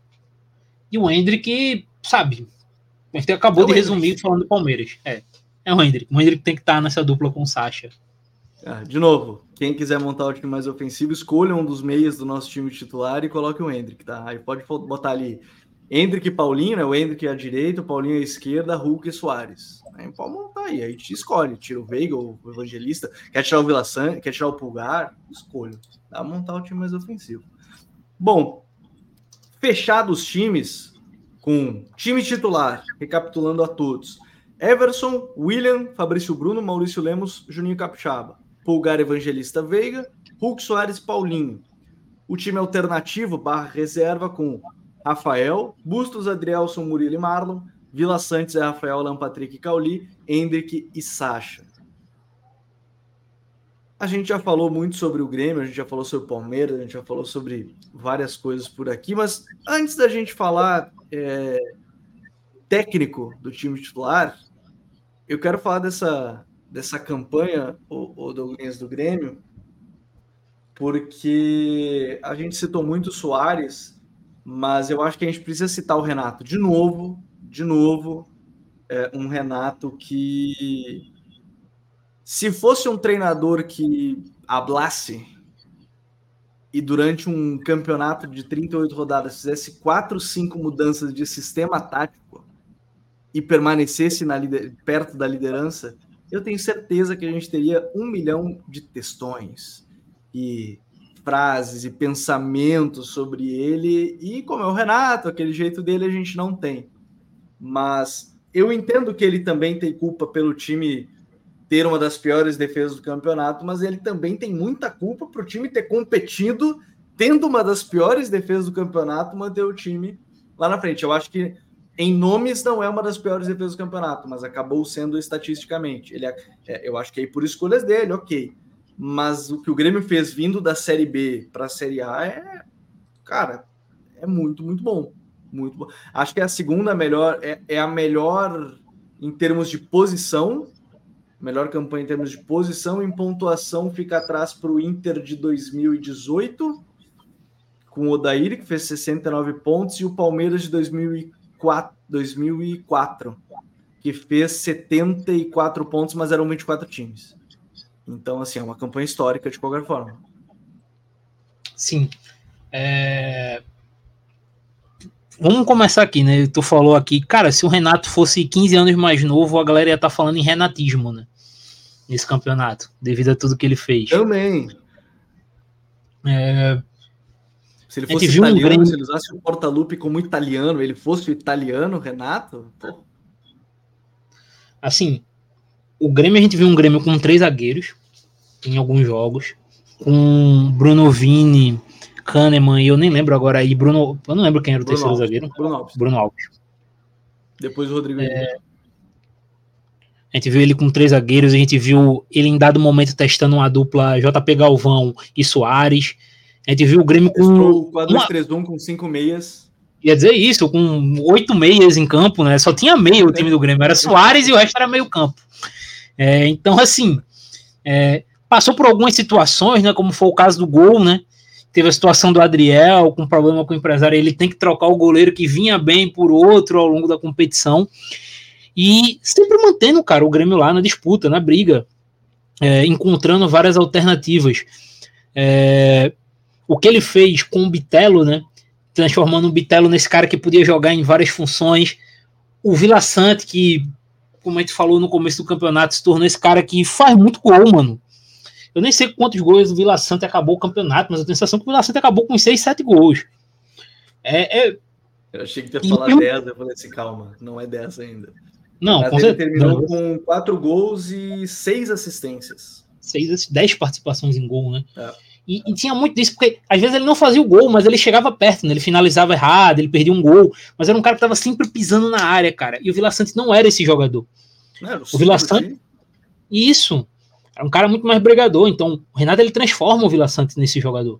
E o Hendrick, sabe, a gente acabou é de resumir Hendrick. falando do Palmeiras. É, é o Hendrick. O Hendrick tem que estar nessa dupla com o Sacha. Ah, de novo, quem quiser montar o time mais ofensivo, escolha um dos meias do nosso time titular e coloque o Hendrick, tá? Aí pode botar ali Hendrick e Paulinho, né? O Hendrick à direita, o Paulinho à esquerda, Hulk e Suárez. Aí pode montar aí, aí te escolhe, tira o Veiga, o Evangelista, quer tirar o Vila Sante, quer tirar o Pulgar, escolha. Dá pra montar o time mais ofensivo. Bom, fechados os times, com time titular, recapitulando a todos. Everson, William, Fabrício Bruno, Maurício Lemos, Juninho Capixaba. Pulgar, Evangelista, Veiga, Hulk, Suárez, Paulinho. O time alternativo, barra reserva, com Rafael, Bustos, Adrielson, Murilo e Marlon, Vila Santos, é Rafael, Alan Patrick e Cauli, Hendrick e Sacha. A gente já falou muito sobre o Grêmio, a gente já falou sobre o Palmeiras, a gente já falou sobre várias coisas por aqui, mas antes da gente falar é, técnico do time titular, eu quero falar dessa, dessa campanha, o, o Douglas, do Grêmio, porque a gente citou muito o Suárez, mas eu acho que a gente precisa citar o Renato de novo, de novo, é, um Renato que, se fosse um treinador que hablasse e durante um campeonato de trinta e oito rodadas fizesse quatro, cinco mudanças de sistema tático e permanecesse na lider- perto da liderança, eu tenho certeza que a gente teria um milhão de textões e frases e pensamentos sobre ele, e como é o Renato, aquele jeito dele a gente não tem. Mas eu entendo que ele também tem culpa pelo time ter uma das piores defesas do campeonato, mas ele também tem muita culpa para o time ter competido, tendo uma das piores defesas do campeonato, manter o time lá na frente. Eu acho que em nomes não é uma das piores defesas do campeonato, mas acabou sendo estatisticamente. Ele é, eu acho que é por escolhas dele, ok. Mas o que o Grêmio fez vindo da Série B para a Série A é, cara, é muito, muito bom. Muito bom. Acho que é a segunda melhor, é, é a melhor em termos de posição, melhor campanha em termos de posição. Em pontuação fica atrás para o Inter de dois mil e dezoito, com o Odair, que fez sessenta e nove pontos, e o Palmeiras de dois mil e quatro, que fez setenta e quatro pontos, mas eram vinte e quatro times. Então, assim, é uma campanha histórica de qualquer forma. Sim. É... Vamos começar aqui, né? Tu falou aqui, cara, se o Renato fosse quinze anos mais novo, a galera ia estar falando em renatismo, né? nesse campeonato, devido a tudo que ele fez. Também. É... Se ele fosse italiano, um Grêmio... se ele usasse o Portaluppi como italiano, ele fosse o italiano, Renato, pô. Assim, o Grêmio, a gente viu um Grêmio com três zagueiros em alguns jogos, com Bruno Vini, Kahneman, e eu nem lembro agora aí, Bruno, eu não lembro quem era o Bruno terceiro Alves, zagueiro. Bruno Alves. Bruno Alves. Depois o Rodrigo é... A gente viu ele com três zagueiros, a gente viu ele em dado momento testando uma dupla J P Galvão e Soares. A gente viu o Grêmio com... o quatro dois três um com cinco meias. Ia dizer isso, com oito meias em campo, né? Só tinha meia o time do Grêmio, era Soares e o resto era meio campo. É, então, assim, é, passou por algumas situações, né? Como foi o caso do gol, né? Teve a situação do Adriel com problema com o empresário, ele tem que trocar o goleiro que vinha bem por outro ao longo da competição. E sempre mantendo, cara, o Grêmio lá na disputa, na briga, é, encontrando várias alternativas. É, o que ele fez com o Bitelo, né? Transformando o Bitelo nesse cara que podia jogar em várias funções. O Vila Sante, que, como a gente falou no começo do campeonato, se tornou esse cara que faz muito gol, mano. Eu nem sei quantos gols o Vila Sante acabou o campeonato, mas eu tenho a sensação que o Vila Sante acabou com seis, sete gols. É, é... Eu achei que ia falar eu... dez, eu falei assim, calma, não é dez ainda. Não, mas com ele certeza. terminou com quatro gols e seis assistências. Seis, dez participações em gol, né? É. E, e tinha muito disso, porque às vezes ele não fazia o gol, mas ele chegava perto, né? Ele finalizava errado, ele perdia um gol, mas era um cara que estava sempre pisando na área, cara. E o Vila Sante não era esse jogador. Não, era o o Vila Sante, isso, era um cara muito mais brigador. Então, o Renato ele transforma o Vila Sante nesse jogador.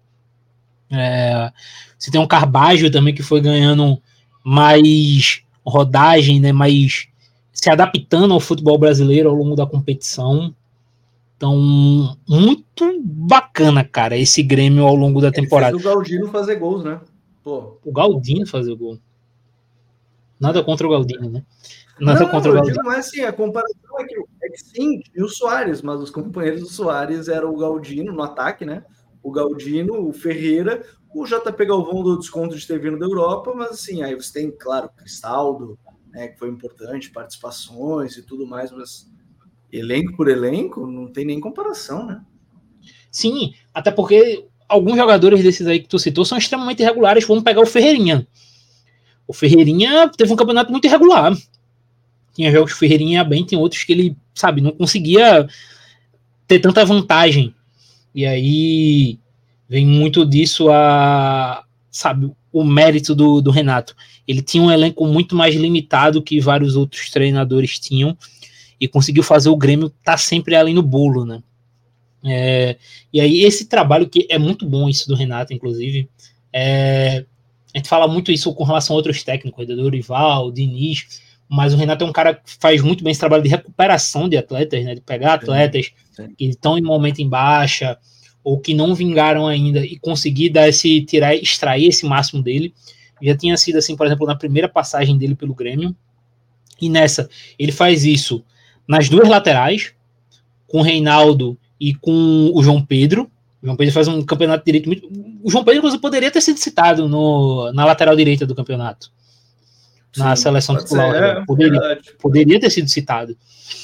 É, você tem um Carbajo também que foi ganhando mais rodagem, né? Mais se adaptando ao futebol brasileiro ao longo da competição. Então, muito bacana, cara, esse Grêmio ao longo da temporada. Ele fez o Galdino fazer gols, né? Pô. O Galdino fazer gol. Nada contra o Galdino, né? Nada não, contra o Galdino. Não é assim, a comparação é que, é que sim, e o Soares, mas os companheiros do Soares eram o Galdino no ataque, né? O Galdino, o Ferreira, o J P Galvão do desconto de ter vindo da Europa, mas assim, aí você tem, claro, o Cristaldo, né, que foi importante, participações e tudo mais, mas elenco por elenco, não tem nem comparação, né? Sim, até porque alguns jogadores desses aí que tu citou são extremamente irregulares. Vamos pegar o Ferreirinha. O Ferreirinha teve um campeonato muito irregular. Tinha jogos que o Ferreirinha ia bem, tem outros que ele, sabe, não conseguia ter tanta vantagem. E aí vem muito disso a, sabe, o mérito do, do Renato. Ele tinha um elenco muito mais limitado que vários outros treinadores tinham e conseguiu fazer o Grêmio estar tá sempre ali no bolo, né? É, e aí esse trabalho que é muito bom isso do Renato, inclusive, é, a gente fala muito isso com relação a outros técnicos, do Dorival, Diniz, mas o Renato é um cara que faz muito bem esse trabalho de recuperação de atletas, né, de pegar atletas sim, sim. que estão em momento em baixa ou que não vingaram ainda e conseguir dar esse, tirar, extrair esse máximo dele. Já tinha sido assim, por exemplo, na primeira passagem dele pelo Grêmio, e nessa ele faz isso nas duas laterais, com o Reinaldo e com o João Pedro. O João Pedro faz um campeonato direito muito... O João Pedro, inclusive, poderia ter sido citado no, na lateral direita do campeonato. Na Sim, seleção titular. É, poderia, é poderia ter sido citado.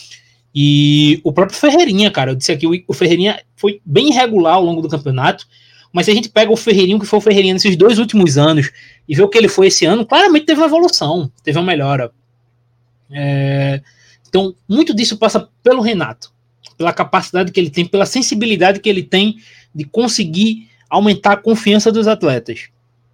E o próprio Ferreirinha, cara, eu disse aqui, o, o Ferreirinha foi bem irregular ao longo do campeonato, mas se a gente pega o Ferreirinho, que foi o Ferreirinha nesses dois últimos anos, e vê o que ele foi esse ano, claramente teve uma evolução, teve uma melhora. É, então, muito disso passa pelo Renato, pela capacidade que ele tem, pela sensibilidade que ele tem de conseguir aumentar a confiança dos atletas.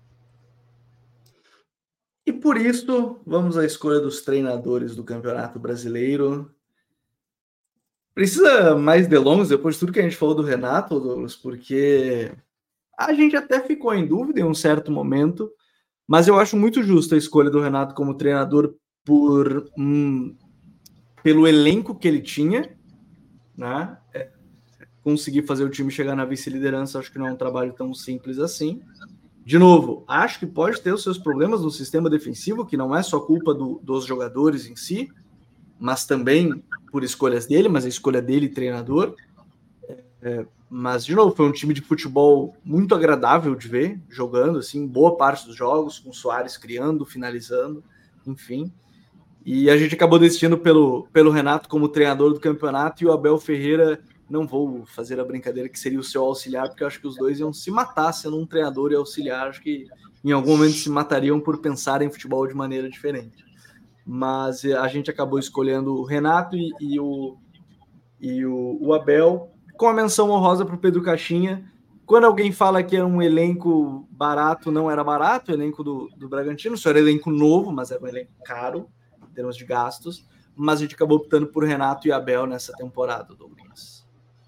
E por isso, vamos à escolha dos treinadores do Campeonato Brasileiro. Precisa mais delongas depois de tudo que a gente falou do Renato, Douglas, porque a gente até ficou em dúvida em um certo momento, mas eu acho muito justa a escolha do Renato como treinador por hum, pelo elenco que ele tinha, né? É, conseguir fazer o time chegar na vice-liderança, acho que não é um trabalho tão simples assim. De novo, acho que pode ter os seus problemas no sistema defensivo, que não é só culpa do, dos jogadores em si, mas também por escolhas dele, mas a escolha dele, treinador. É, mas, de novo, foi um time de futebol muito agradável de ver, jogando, assim, boa parte dos jogos, com o Soares criando, finalizando, enfim. E a gente acabou decidindo pelo, pelo Renato como treinador do campeonato, e o Abel Ferreira, não vou fazer a brincadeira que seria o seu auxiliar, porque eu acho que os dois iam se matar sendo um treinador e auxiliar. Acho que em algum momento se matariam por pensar em futebol de maneira diferente. Mas a gente acabou escolhendo o Renato e, e, o, e o, o Abel, com a menção honrosa para o Pedro Caixinha. Quando alguém fala que é um elenco barato, não era barato, o elenco do, do Bragantino, só era elenco novo, mas era um elenco caro, em termos de gastos, mas a gente acabou optando por Renato e Abel nessa temporada, Douglas.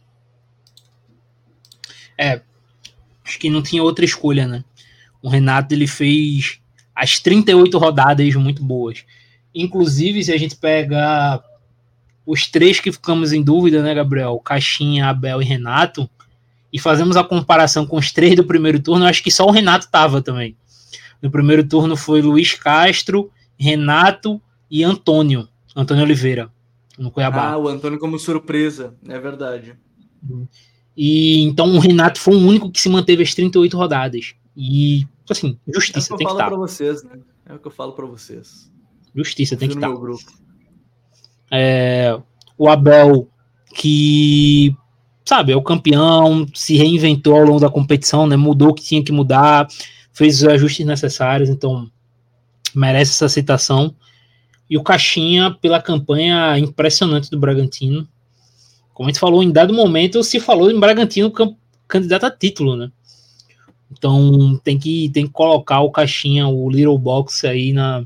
É, acho que não tinha outra escolha, né? O Renato, ele fez as trinta e oito rodadas muito boas. Inclusive, se a gente pega os três que ficamos em dúvida, né, Gabriel? Caixinha, Abel e Renato, e fazemos a comparação com os três do primeiro turno, eu acho que só o Renato estava também. No primeiro turno foi Luiz Castro, Renato e Antônio, Antônio Oliveira, no Cuiabá. Ah, o Antônio como surpresa, é verdade. E então o Renato foi o único que se manteve as trinta e oito rodadas. E, assim, justiça, é tem que estar. É o que eu falo para vocês, né? É o que eu falo para vocês. Justiça, tem que estar. No meu grupo. É, o Abel, que, sabe, é o campeão, se reinventou ao longo da competição, né? Mudou o que tinha que mudar, fez os ajustes necessários, então merece essa citação. E o Caixinha, pela campanha impressionante do Bragantino. Como a gente falou, em dado momento se falou em Bragantino candidato a título, né? Então tem que, tem que colocar o Caixinha, o Little Box aí na,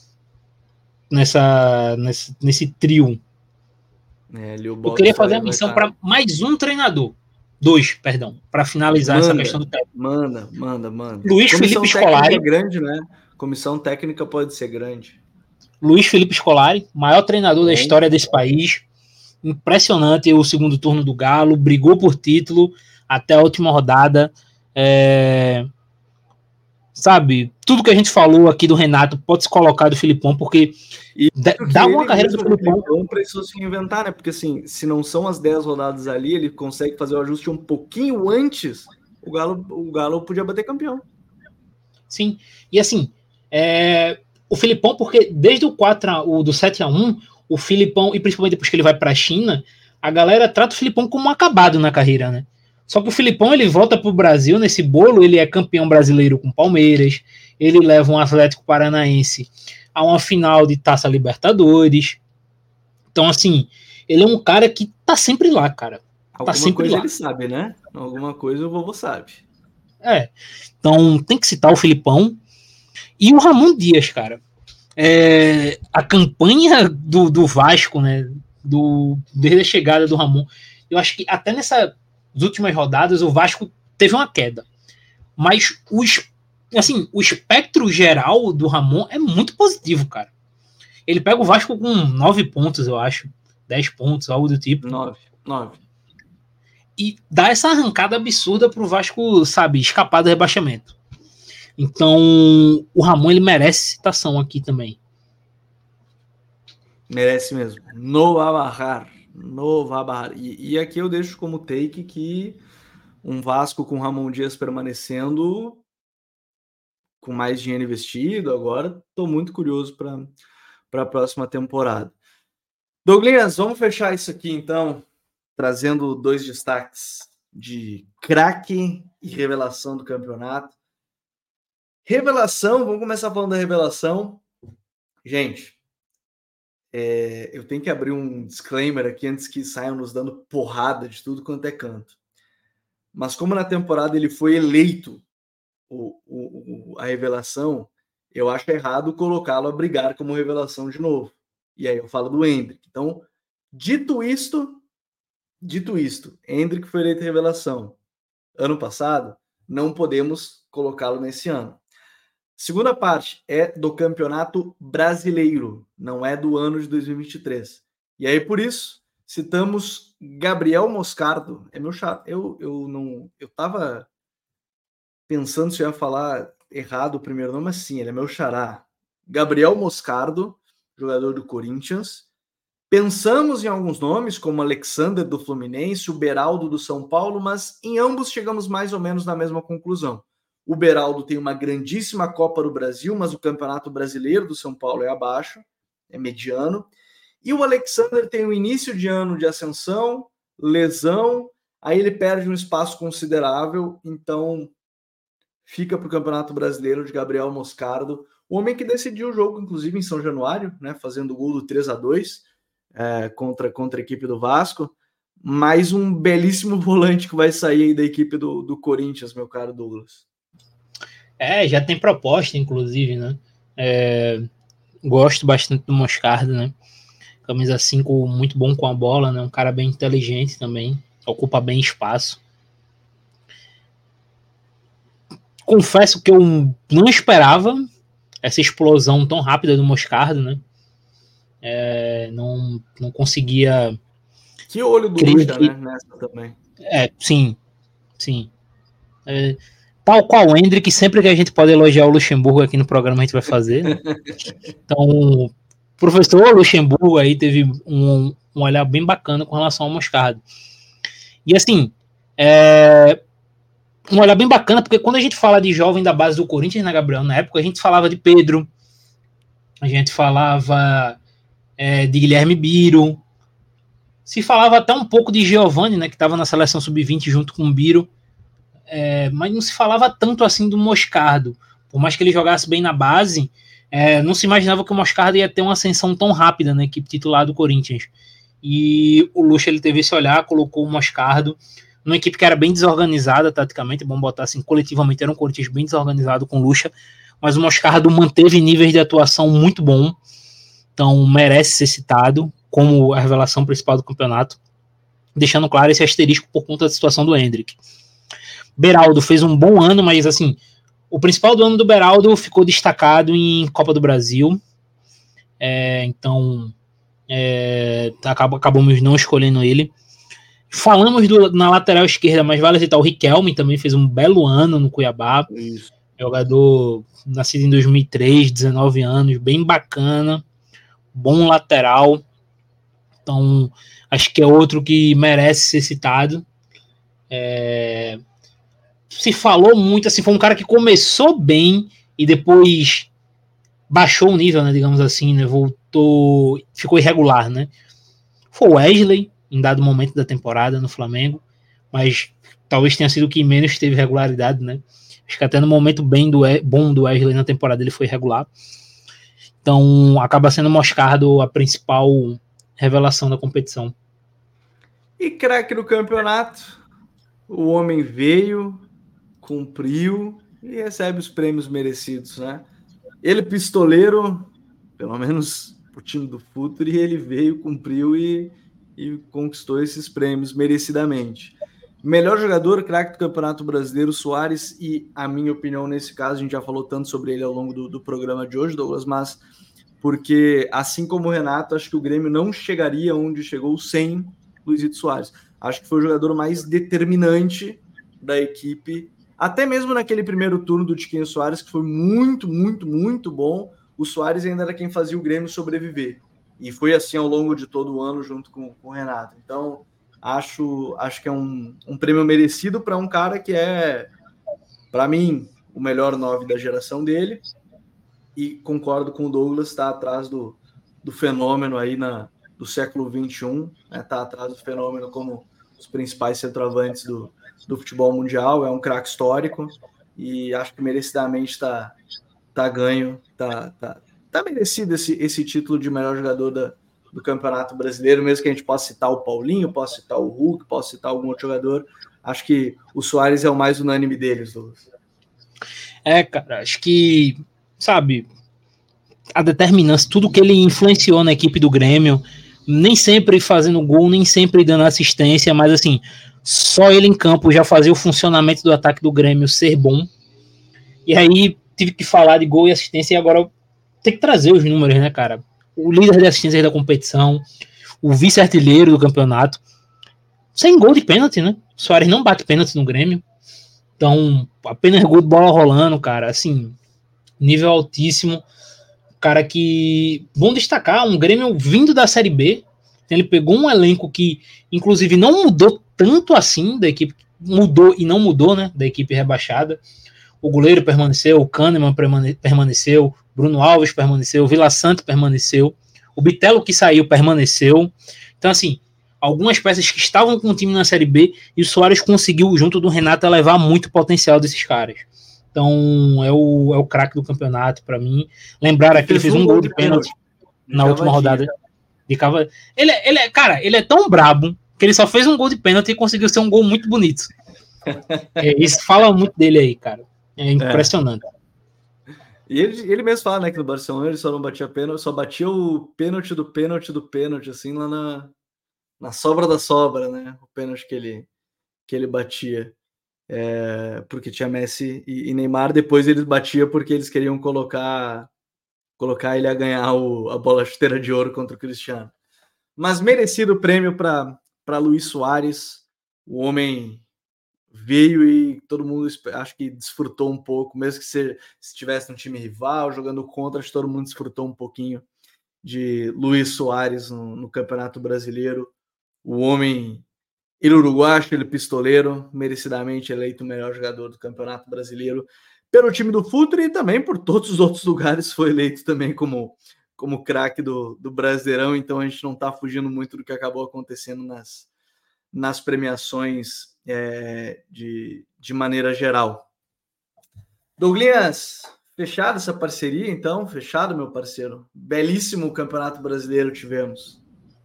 nessa, nesse, nesse trio. É, eu queria fazer a menção para mais um treinador. Dois, perdão, para finalizar manda, essa questão do técnico. Manda, manda, manda. Luiz Comissão Felipe Scolari. É grande, né? Comissão técnica pode ser grande. Luiz Felipe Scolari, maior treinador Bom. da história desse país. Impressionante o segundo turno do Galo, brigou por título até a última rodada. É... Sabe, tudo que a gente falou aqui do Renato pode se colocar do Filipão, porque e dá uma carreira do Filipão. Filipão precisou se reinventar, né? Porque assim, se não são as dez rodadas ali, ele consegue fazer o ajuste um pouquinho antes, o Galo, o Galo podia bater campeão. Sim, e assim, é... o Filipão, porque desde o quatro a, o do sete a um, o Filipão, e principalmente depois que ele vai para a China, a galera trata o Filipão como um acabado na carreira, né? Só que o Filipão, ele volta pro Brasil nesse bolo, ele é campeão brasileiro com Palmeiras, ele leva um Atlético Paranaense a uma final de Taça Libertadores. Então, assim, ele é um cara que tá sempre lá, cara. Tá Alguma sempre coisa lá. Ele sabe, né? Alguma coisa o vovô sabe. É. Então, tem que citar o Filipão. E o Ramon Dias, cara. É, a campanha do, do Vasco, né? Do, desde a chegada do Ramon, eu acho que até nessas últimas rodadas o Vasco teve uma queda. Mas os, assim, o espectro geral do Ramon é muito positivo, cara. Ele pega o Vasco com nove pontos, eu acho. dez pontos, algo do tipo. nove, nove. E dá essa arrancada absurda pro Vasco, sabe, escapar do rebaixamento. Então, o Ramon, ele merece citação aqui também. Merece mesmo. No vai barrar. No vai barrar. E, e aqui eu deixo como take que um Vasco com Ramon Dias permanecendo, com mais dinheiro investido agora, estou muito curioso para a próxima temporada. Douglas, vamos fechar isso aqui então, trazendo dois destaques de craque e revelação do campeonato. Revelação, vamos começar falando da revelação. Gente, é, eu tenho que abrir um disclaimer aqui antes que saiam nos dando porrada de tudo quanto é canto. Mas como na temporada ele foi eleito o, o, a revelação, eu acho errado colocá-lo a brigar como revelação de novo. E aí eu falo do Endrick. Então, dito isto, dito isto, Endrick foi eleito revelação. Ano passado, não podemos colocá-lo nesse ano. Segunda parte é do Campeonato Brasileiro, não é do ano de dois mil e vinte e três. E aí, por isso, citamos Gabriel Moscardo. É meu chato. Eu, eu não. Eu tava pensando se eu ia falar errado o primeiro nome, mas sim, ele é meu xará. Gabriel Moscardo, jogador do Corinthians. Pensamos em alguns nomes, como Alexander do Fluminense, o Beraldo do São Paulo, mas em ambos chegamos mais ou menos na mesma conclusão. O Beraldo tem uma grandíssima Copa do Brasil, mas o Campeonato Brasileiro do São Paulo é abaixo. é mediano. E o Alexander tem um início de ano de ascensão, lesão, aí ele perde um espaço considerável, então fica para o Campeonato Brasileiro de Gabriel Moscardo, o homem que decidiu o jogo, inclusive em São Januário, né, fazendo o gol do três a dois é, contra, contra a equipe do Vasco. Mais um belíssimo volante que vai sair da equipe do, do Corinthians, meu caro Douglas. É, já tem proposta, inclusive, né? É, gosto bastante do Moscardo, né? Camisa cinco, muito bom com a bola, né? Um cara bem inteligente também, ocupa bem espaço. Confesso que eu não esperava essa explosão tão rápida do Moscardo, né? É, não, não conseguia... Que olho do Lucha, que... né? Nessa também. É, sim, sim. É, tal qual o Hendrick, sempre que a gente pode elogiar o Luxemburgo aqui no programa, a gente vai fazer, né? Então, o professor Luxemburgo aí teve um, um olhar bem bacana com relação ao Moscardo. E assim, é, um olhar bem bacana, porque quando a gente fala de jovem da base do Corinthians, né, Gabriel? Na época a gente falava de Pedro, a gente falava é, de Guilherme Biro, se falava até um pouco de Giovani, né, que estava na seleção sub vinte junto com o Biro, é, mas não se falava tanto assim do Moscardo. Por mais que ele jogasse bem na base, é, não se imaginava que o Moscardo ia ter uma ascensão tão rápida na equipe titular do Corinthians. E o Lucha, ele teve esse olhar, colocou o Moscardo numa equipe que era bem desorganizada taticamente, vamos botar assim, coletivamente era um Corinthians bem desorganizado com o Lucha, mas o Moscardo manteve níveis de atuação muito bom, então merece ser citado como a revelação principal do campeonato, deixando claro esse asterisco por conta da situação do Hendrick. Beraldo fez um bom ano, mas assim, o principal do ano do Beraldo ficou destacado em Copa do Brasil, é, então é, acabamos não escolhendo ele. Falamos do, na lateral esquerda, mas vale citar o Riquelme, também fez um belo ano no Cuiabá. Isso. Jogador nascido em dois mil e três, dezenove anos, bem bacana, bom lateral. Então, acho que é outro que merece ser citado. É... Se falou muito, assim, foi um cara que começou bem e depois baixou o nível, né, digamos assim, né, voltou, ficou irregular, né. Foi o Wesley, em dado momento da temporada no Flamengo, mas talvez tenha sido o que menos teve regularidade, né. Acho que até no momento bem do, bom do Wesley na temporada ele foi irregular. Então, acaba sendo o Moscardo a principal revelação da competição. E craque do campeonato, o homem veio, cumpriu e recebe os prêmios merecidos, né? Ele pistoleiro, pelo menos pro time do Futuri, ele veio, cumpriu e, e conquistou esses prêmios merecidamente. Melhor jogador, craque do Campeonato Brasileiro, Soares, e a minha opinião nesse caso, a gente já falou tanto sobre ele ao longo do, do programa de hoje, Douglas, mas porque, assim como o Renato, acho que o Grêmio não chegaria onde chegou sem Luizito Soares. Acho que foi o jogador mais determinante da equipe, até mesmo naquele primeiro turno do Tiquinho Soares, que foi muito, muito, muito bom. O Soares ainda era quem fazia o Grêmio sobreviver. E foi assim ao longo de todo o ano, junto com, com o Renato. Então, acho, acho que é um, um prêmio merecido para um cara que é, para mim, o melhor nove da geração dele. E concordo com o Douglas, está atrás do, do fenômeno aí na, do século vinte e um, está né, tá atrás do fenômeno como os principais centroavantes do, do futebol mundial, é um craque histórico e acho que merecidamente está tá ganho, está tá, tá merecido esse, esse título de melhor jogador da, do Campeonato Brasileiro, mesmo que a gente possa citar o Paulinho, possa citar o Hulk, possa citar algum outro jogador, acho que o Soares é o mais unânime deles, Douglas. É, cara, acho que, sabe, a determinância, tudo que ele influenciou na equipe do Grêmio, nem sempre fazendo gol, nem sempre dando assistência, mas assim, só ele em campo já fazia o funcionamento do ataque do Grêmio ser bom. E aí tive que falar de gol e assistência e agora tem que trazer os números, né, cara? O líder de assistência da competição, o vice-artilheiro do campeonato, sem gol de pênalti, né? O Soares não bate pênalti no Grêmio. Então, apenas gol de bola rolando, cara, assim, nível altíssimo. Cara que, bom destacar, um Grêmio vindo da Série B, ele pegou um elenco que, inclusive, não mudou tanto assim da equipe, mudou e não mudou, né, da equipe rebaixada. O goleiro permaneceu, o Kahneman permaneceu, Bruno Alves permaneceu, o Vila Sante permaneceu, O Bitelo que saiu permaneceu. Então, assim, algumas peças que estavam com o time na Série B e o Soares conseguiu, junto do Renato, elevar muito o potencial desses caras. Então, é o, é o craque do campeonato para mim. Lembrar aqui, ele fez um, um gol de pênalti, pênalti na última rodada. De cava... ele, ele é, cara, ele é tão brabo que ele só fez um gol de pênalti e conseguiu ser um gol muito bonito. É, isso fala muito dele aí, cara. É impressionante. É. E ele, ele mesmo fala, né, que no Barcelona ele só não batia pênalti, só batia o pênalti do pênalti do pênalti, assim, lá na, na sobra da sobra, né? O pênalti que ele, que ele batia. É, porque tinha Messi e, e Neymar, depois eles batiam porque eles queriam colocar, colocar ele a ganhar o, a bola chuteira de ouro contra o Cristiano. Mas merecido o prêmio para Luis Soares, o homem veio e todo mundo acho que desfrutou um pouco, mesmo que se estivesse no time rival, jogando contra, acho que todo mundo desfrutou um pouquinho de Luis Soares no, no Campeonato Brasileiro. O homem, ele uruguaio, ele pistoleiro, merecidamente eleito o melhor jogador do Campeonato Brasileiro pelo time do Futre e também por todos os outros lugares foi eleito também como, como craque do, do Brasileirão, então a gente não está fugindo muito do que acabou acontecendo nas, nas premiações É, de, de maneira geral. Douglas, fechado essa parceria, então? Fechado, meu parceiro? Belíssimo Campeonato Brasileiro tivemos.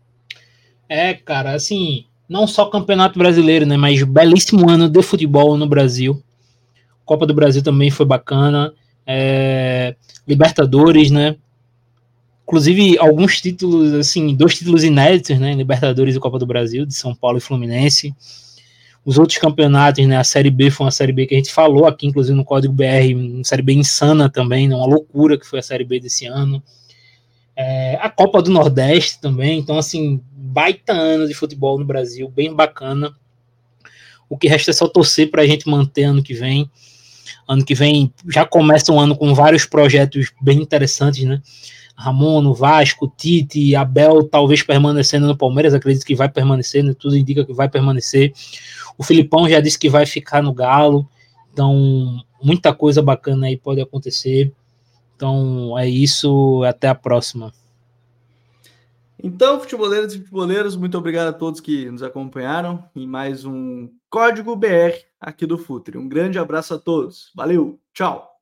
É, cara, assim, não só Campeonato Brasileiro, né, mas belíssimo ano de futebol no Brasil. Copa do Brasil também foi bacana. É, Libertadores, né? Inclusive, alguns títulos, assim, dois títulos inéditos, né? Libertadores e Copa do Brasil, de São Paulo e Fluminense. Os outros campeonatos, né, a Série B foi uma Série B que a gente falou aqui, inclusive no Código B R, uma Série B insana também, né, uma loucura que foi a Série B desse ano. É, a Copa do Nordeste também, então assim, baita ano de futebol no Brasil, bem bacana. O que resta é só torcer para a gente manter ano que vem. Ano que vem já começa um ano com vários projetos bem interessantes, né? Ramon no Vasco, Tite, Abel talvez permanecendo no Palmeiras, acredito que vai permanecer, né? Tudo indica que vai permanecer. O Filipão já disse que vai ficar no Galo, então muita coisa bacana aí pode acontecer. Então é isso, até a próxima. Então, futeboleiros e futeboleiros, muito obrigado a todos que nos acompanharam em mais um Código B R aqui do Futre. Um grande abraço a todos. Valeu, tchau!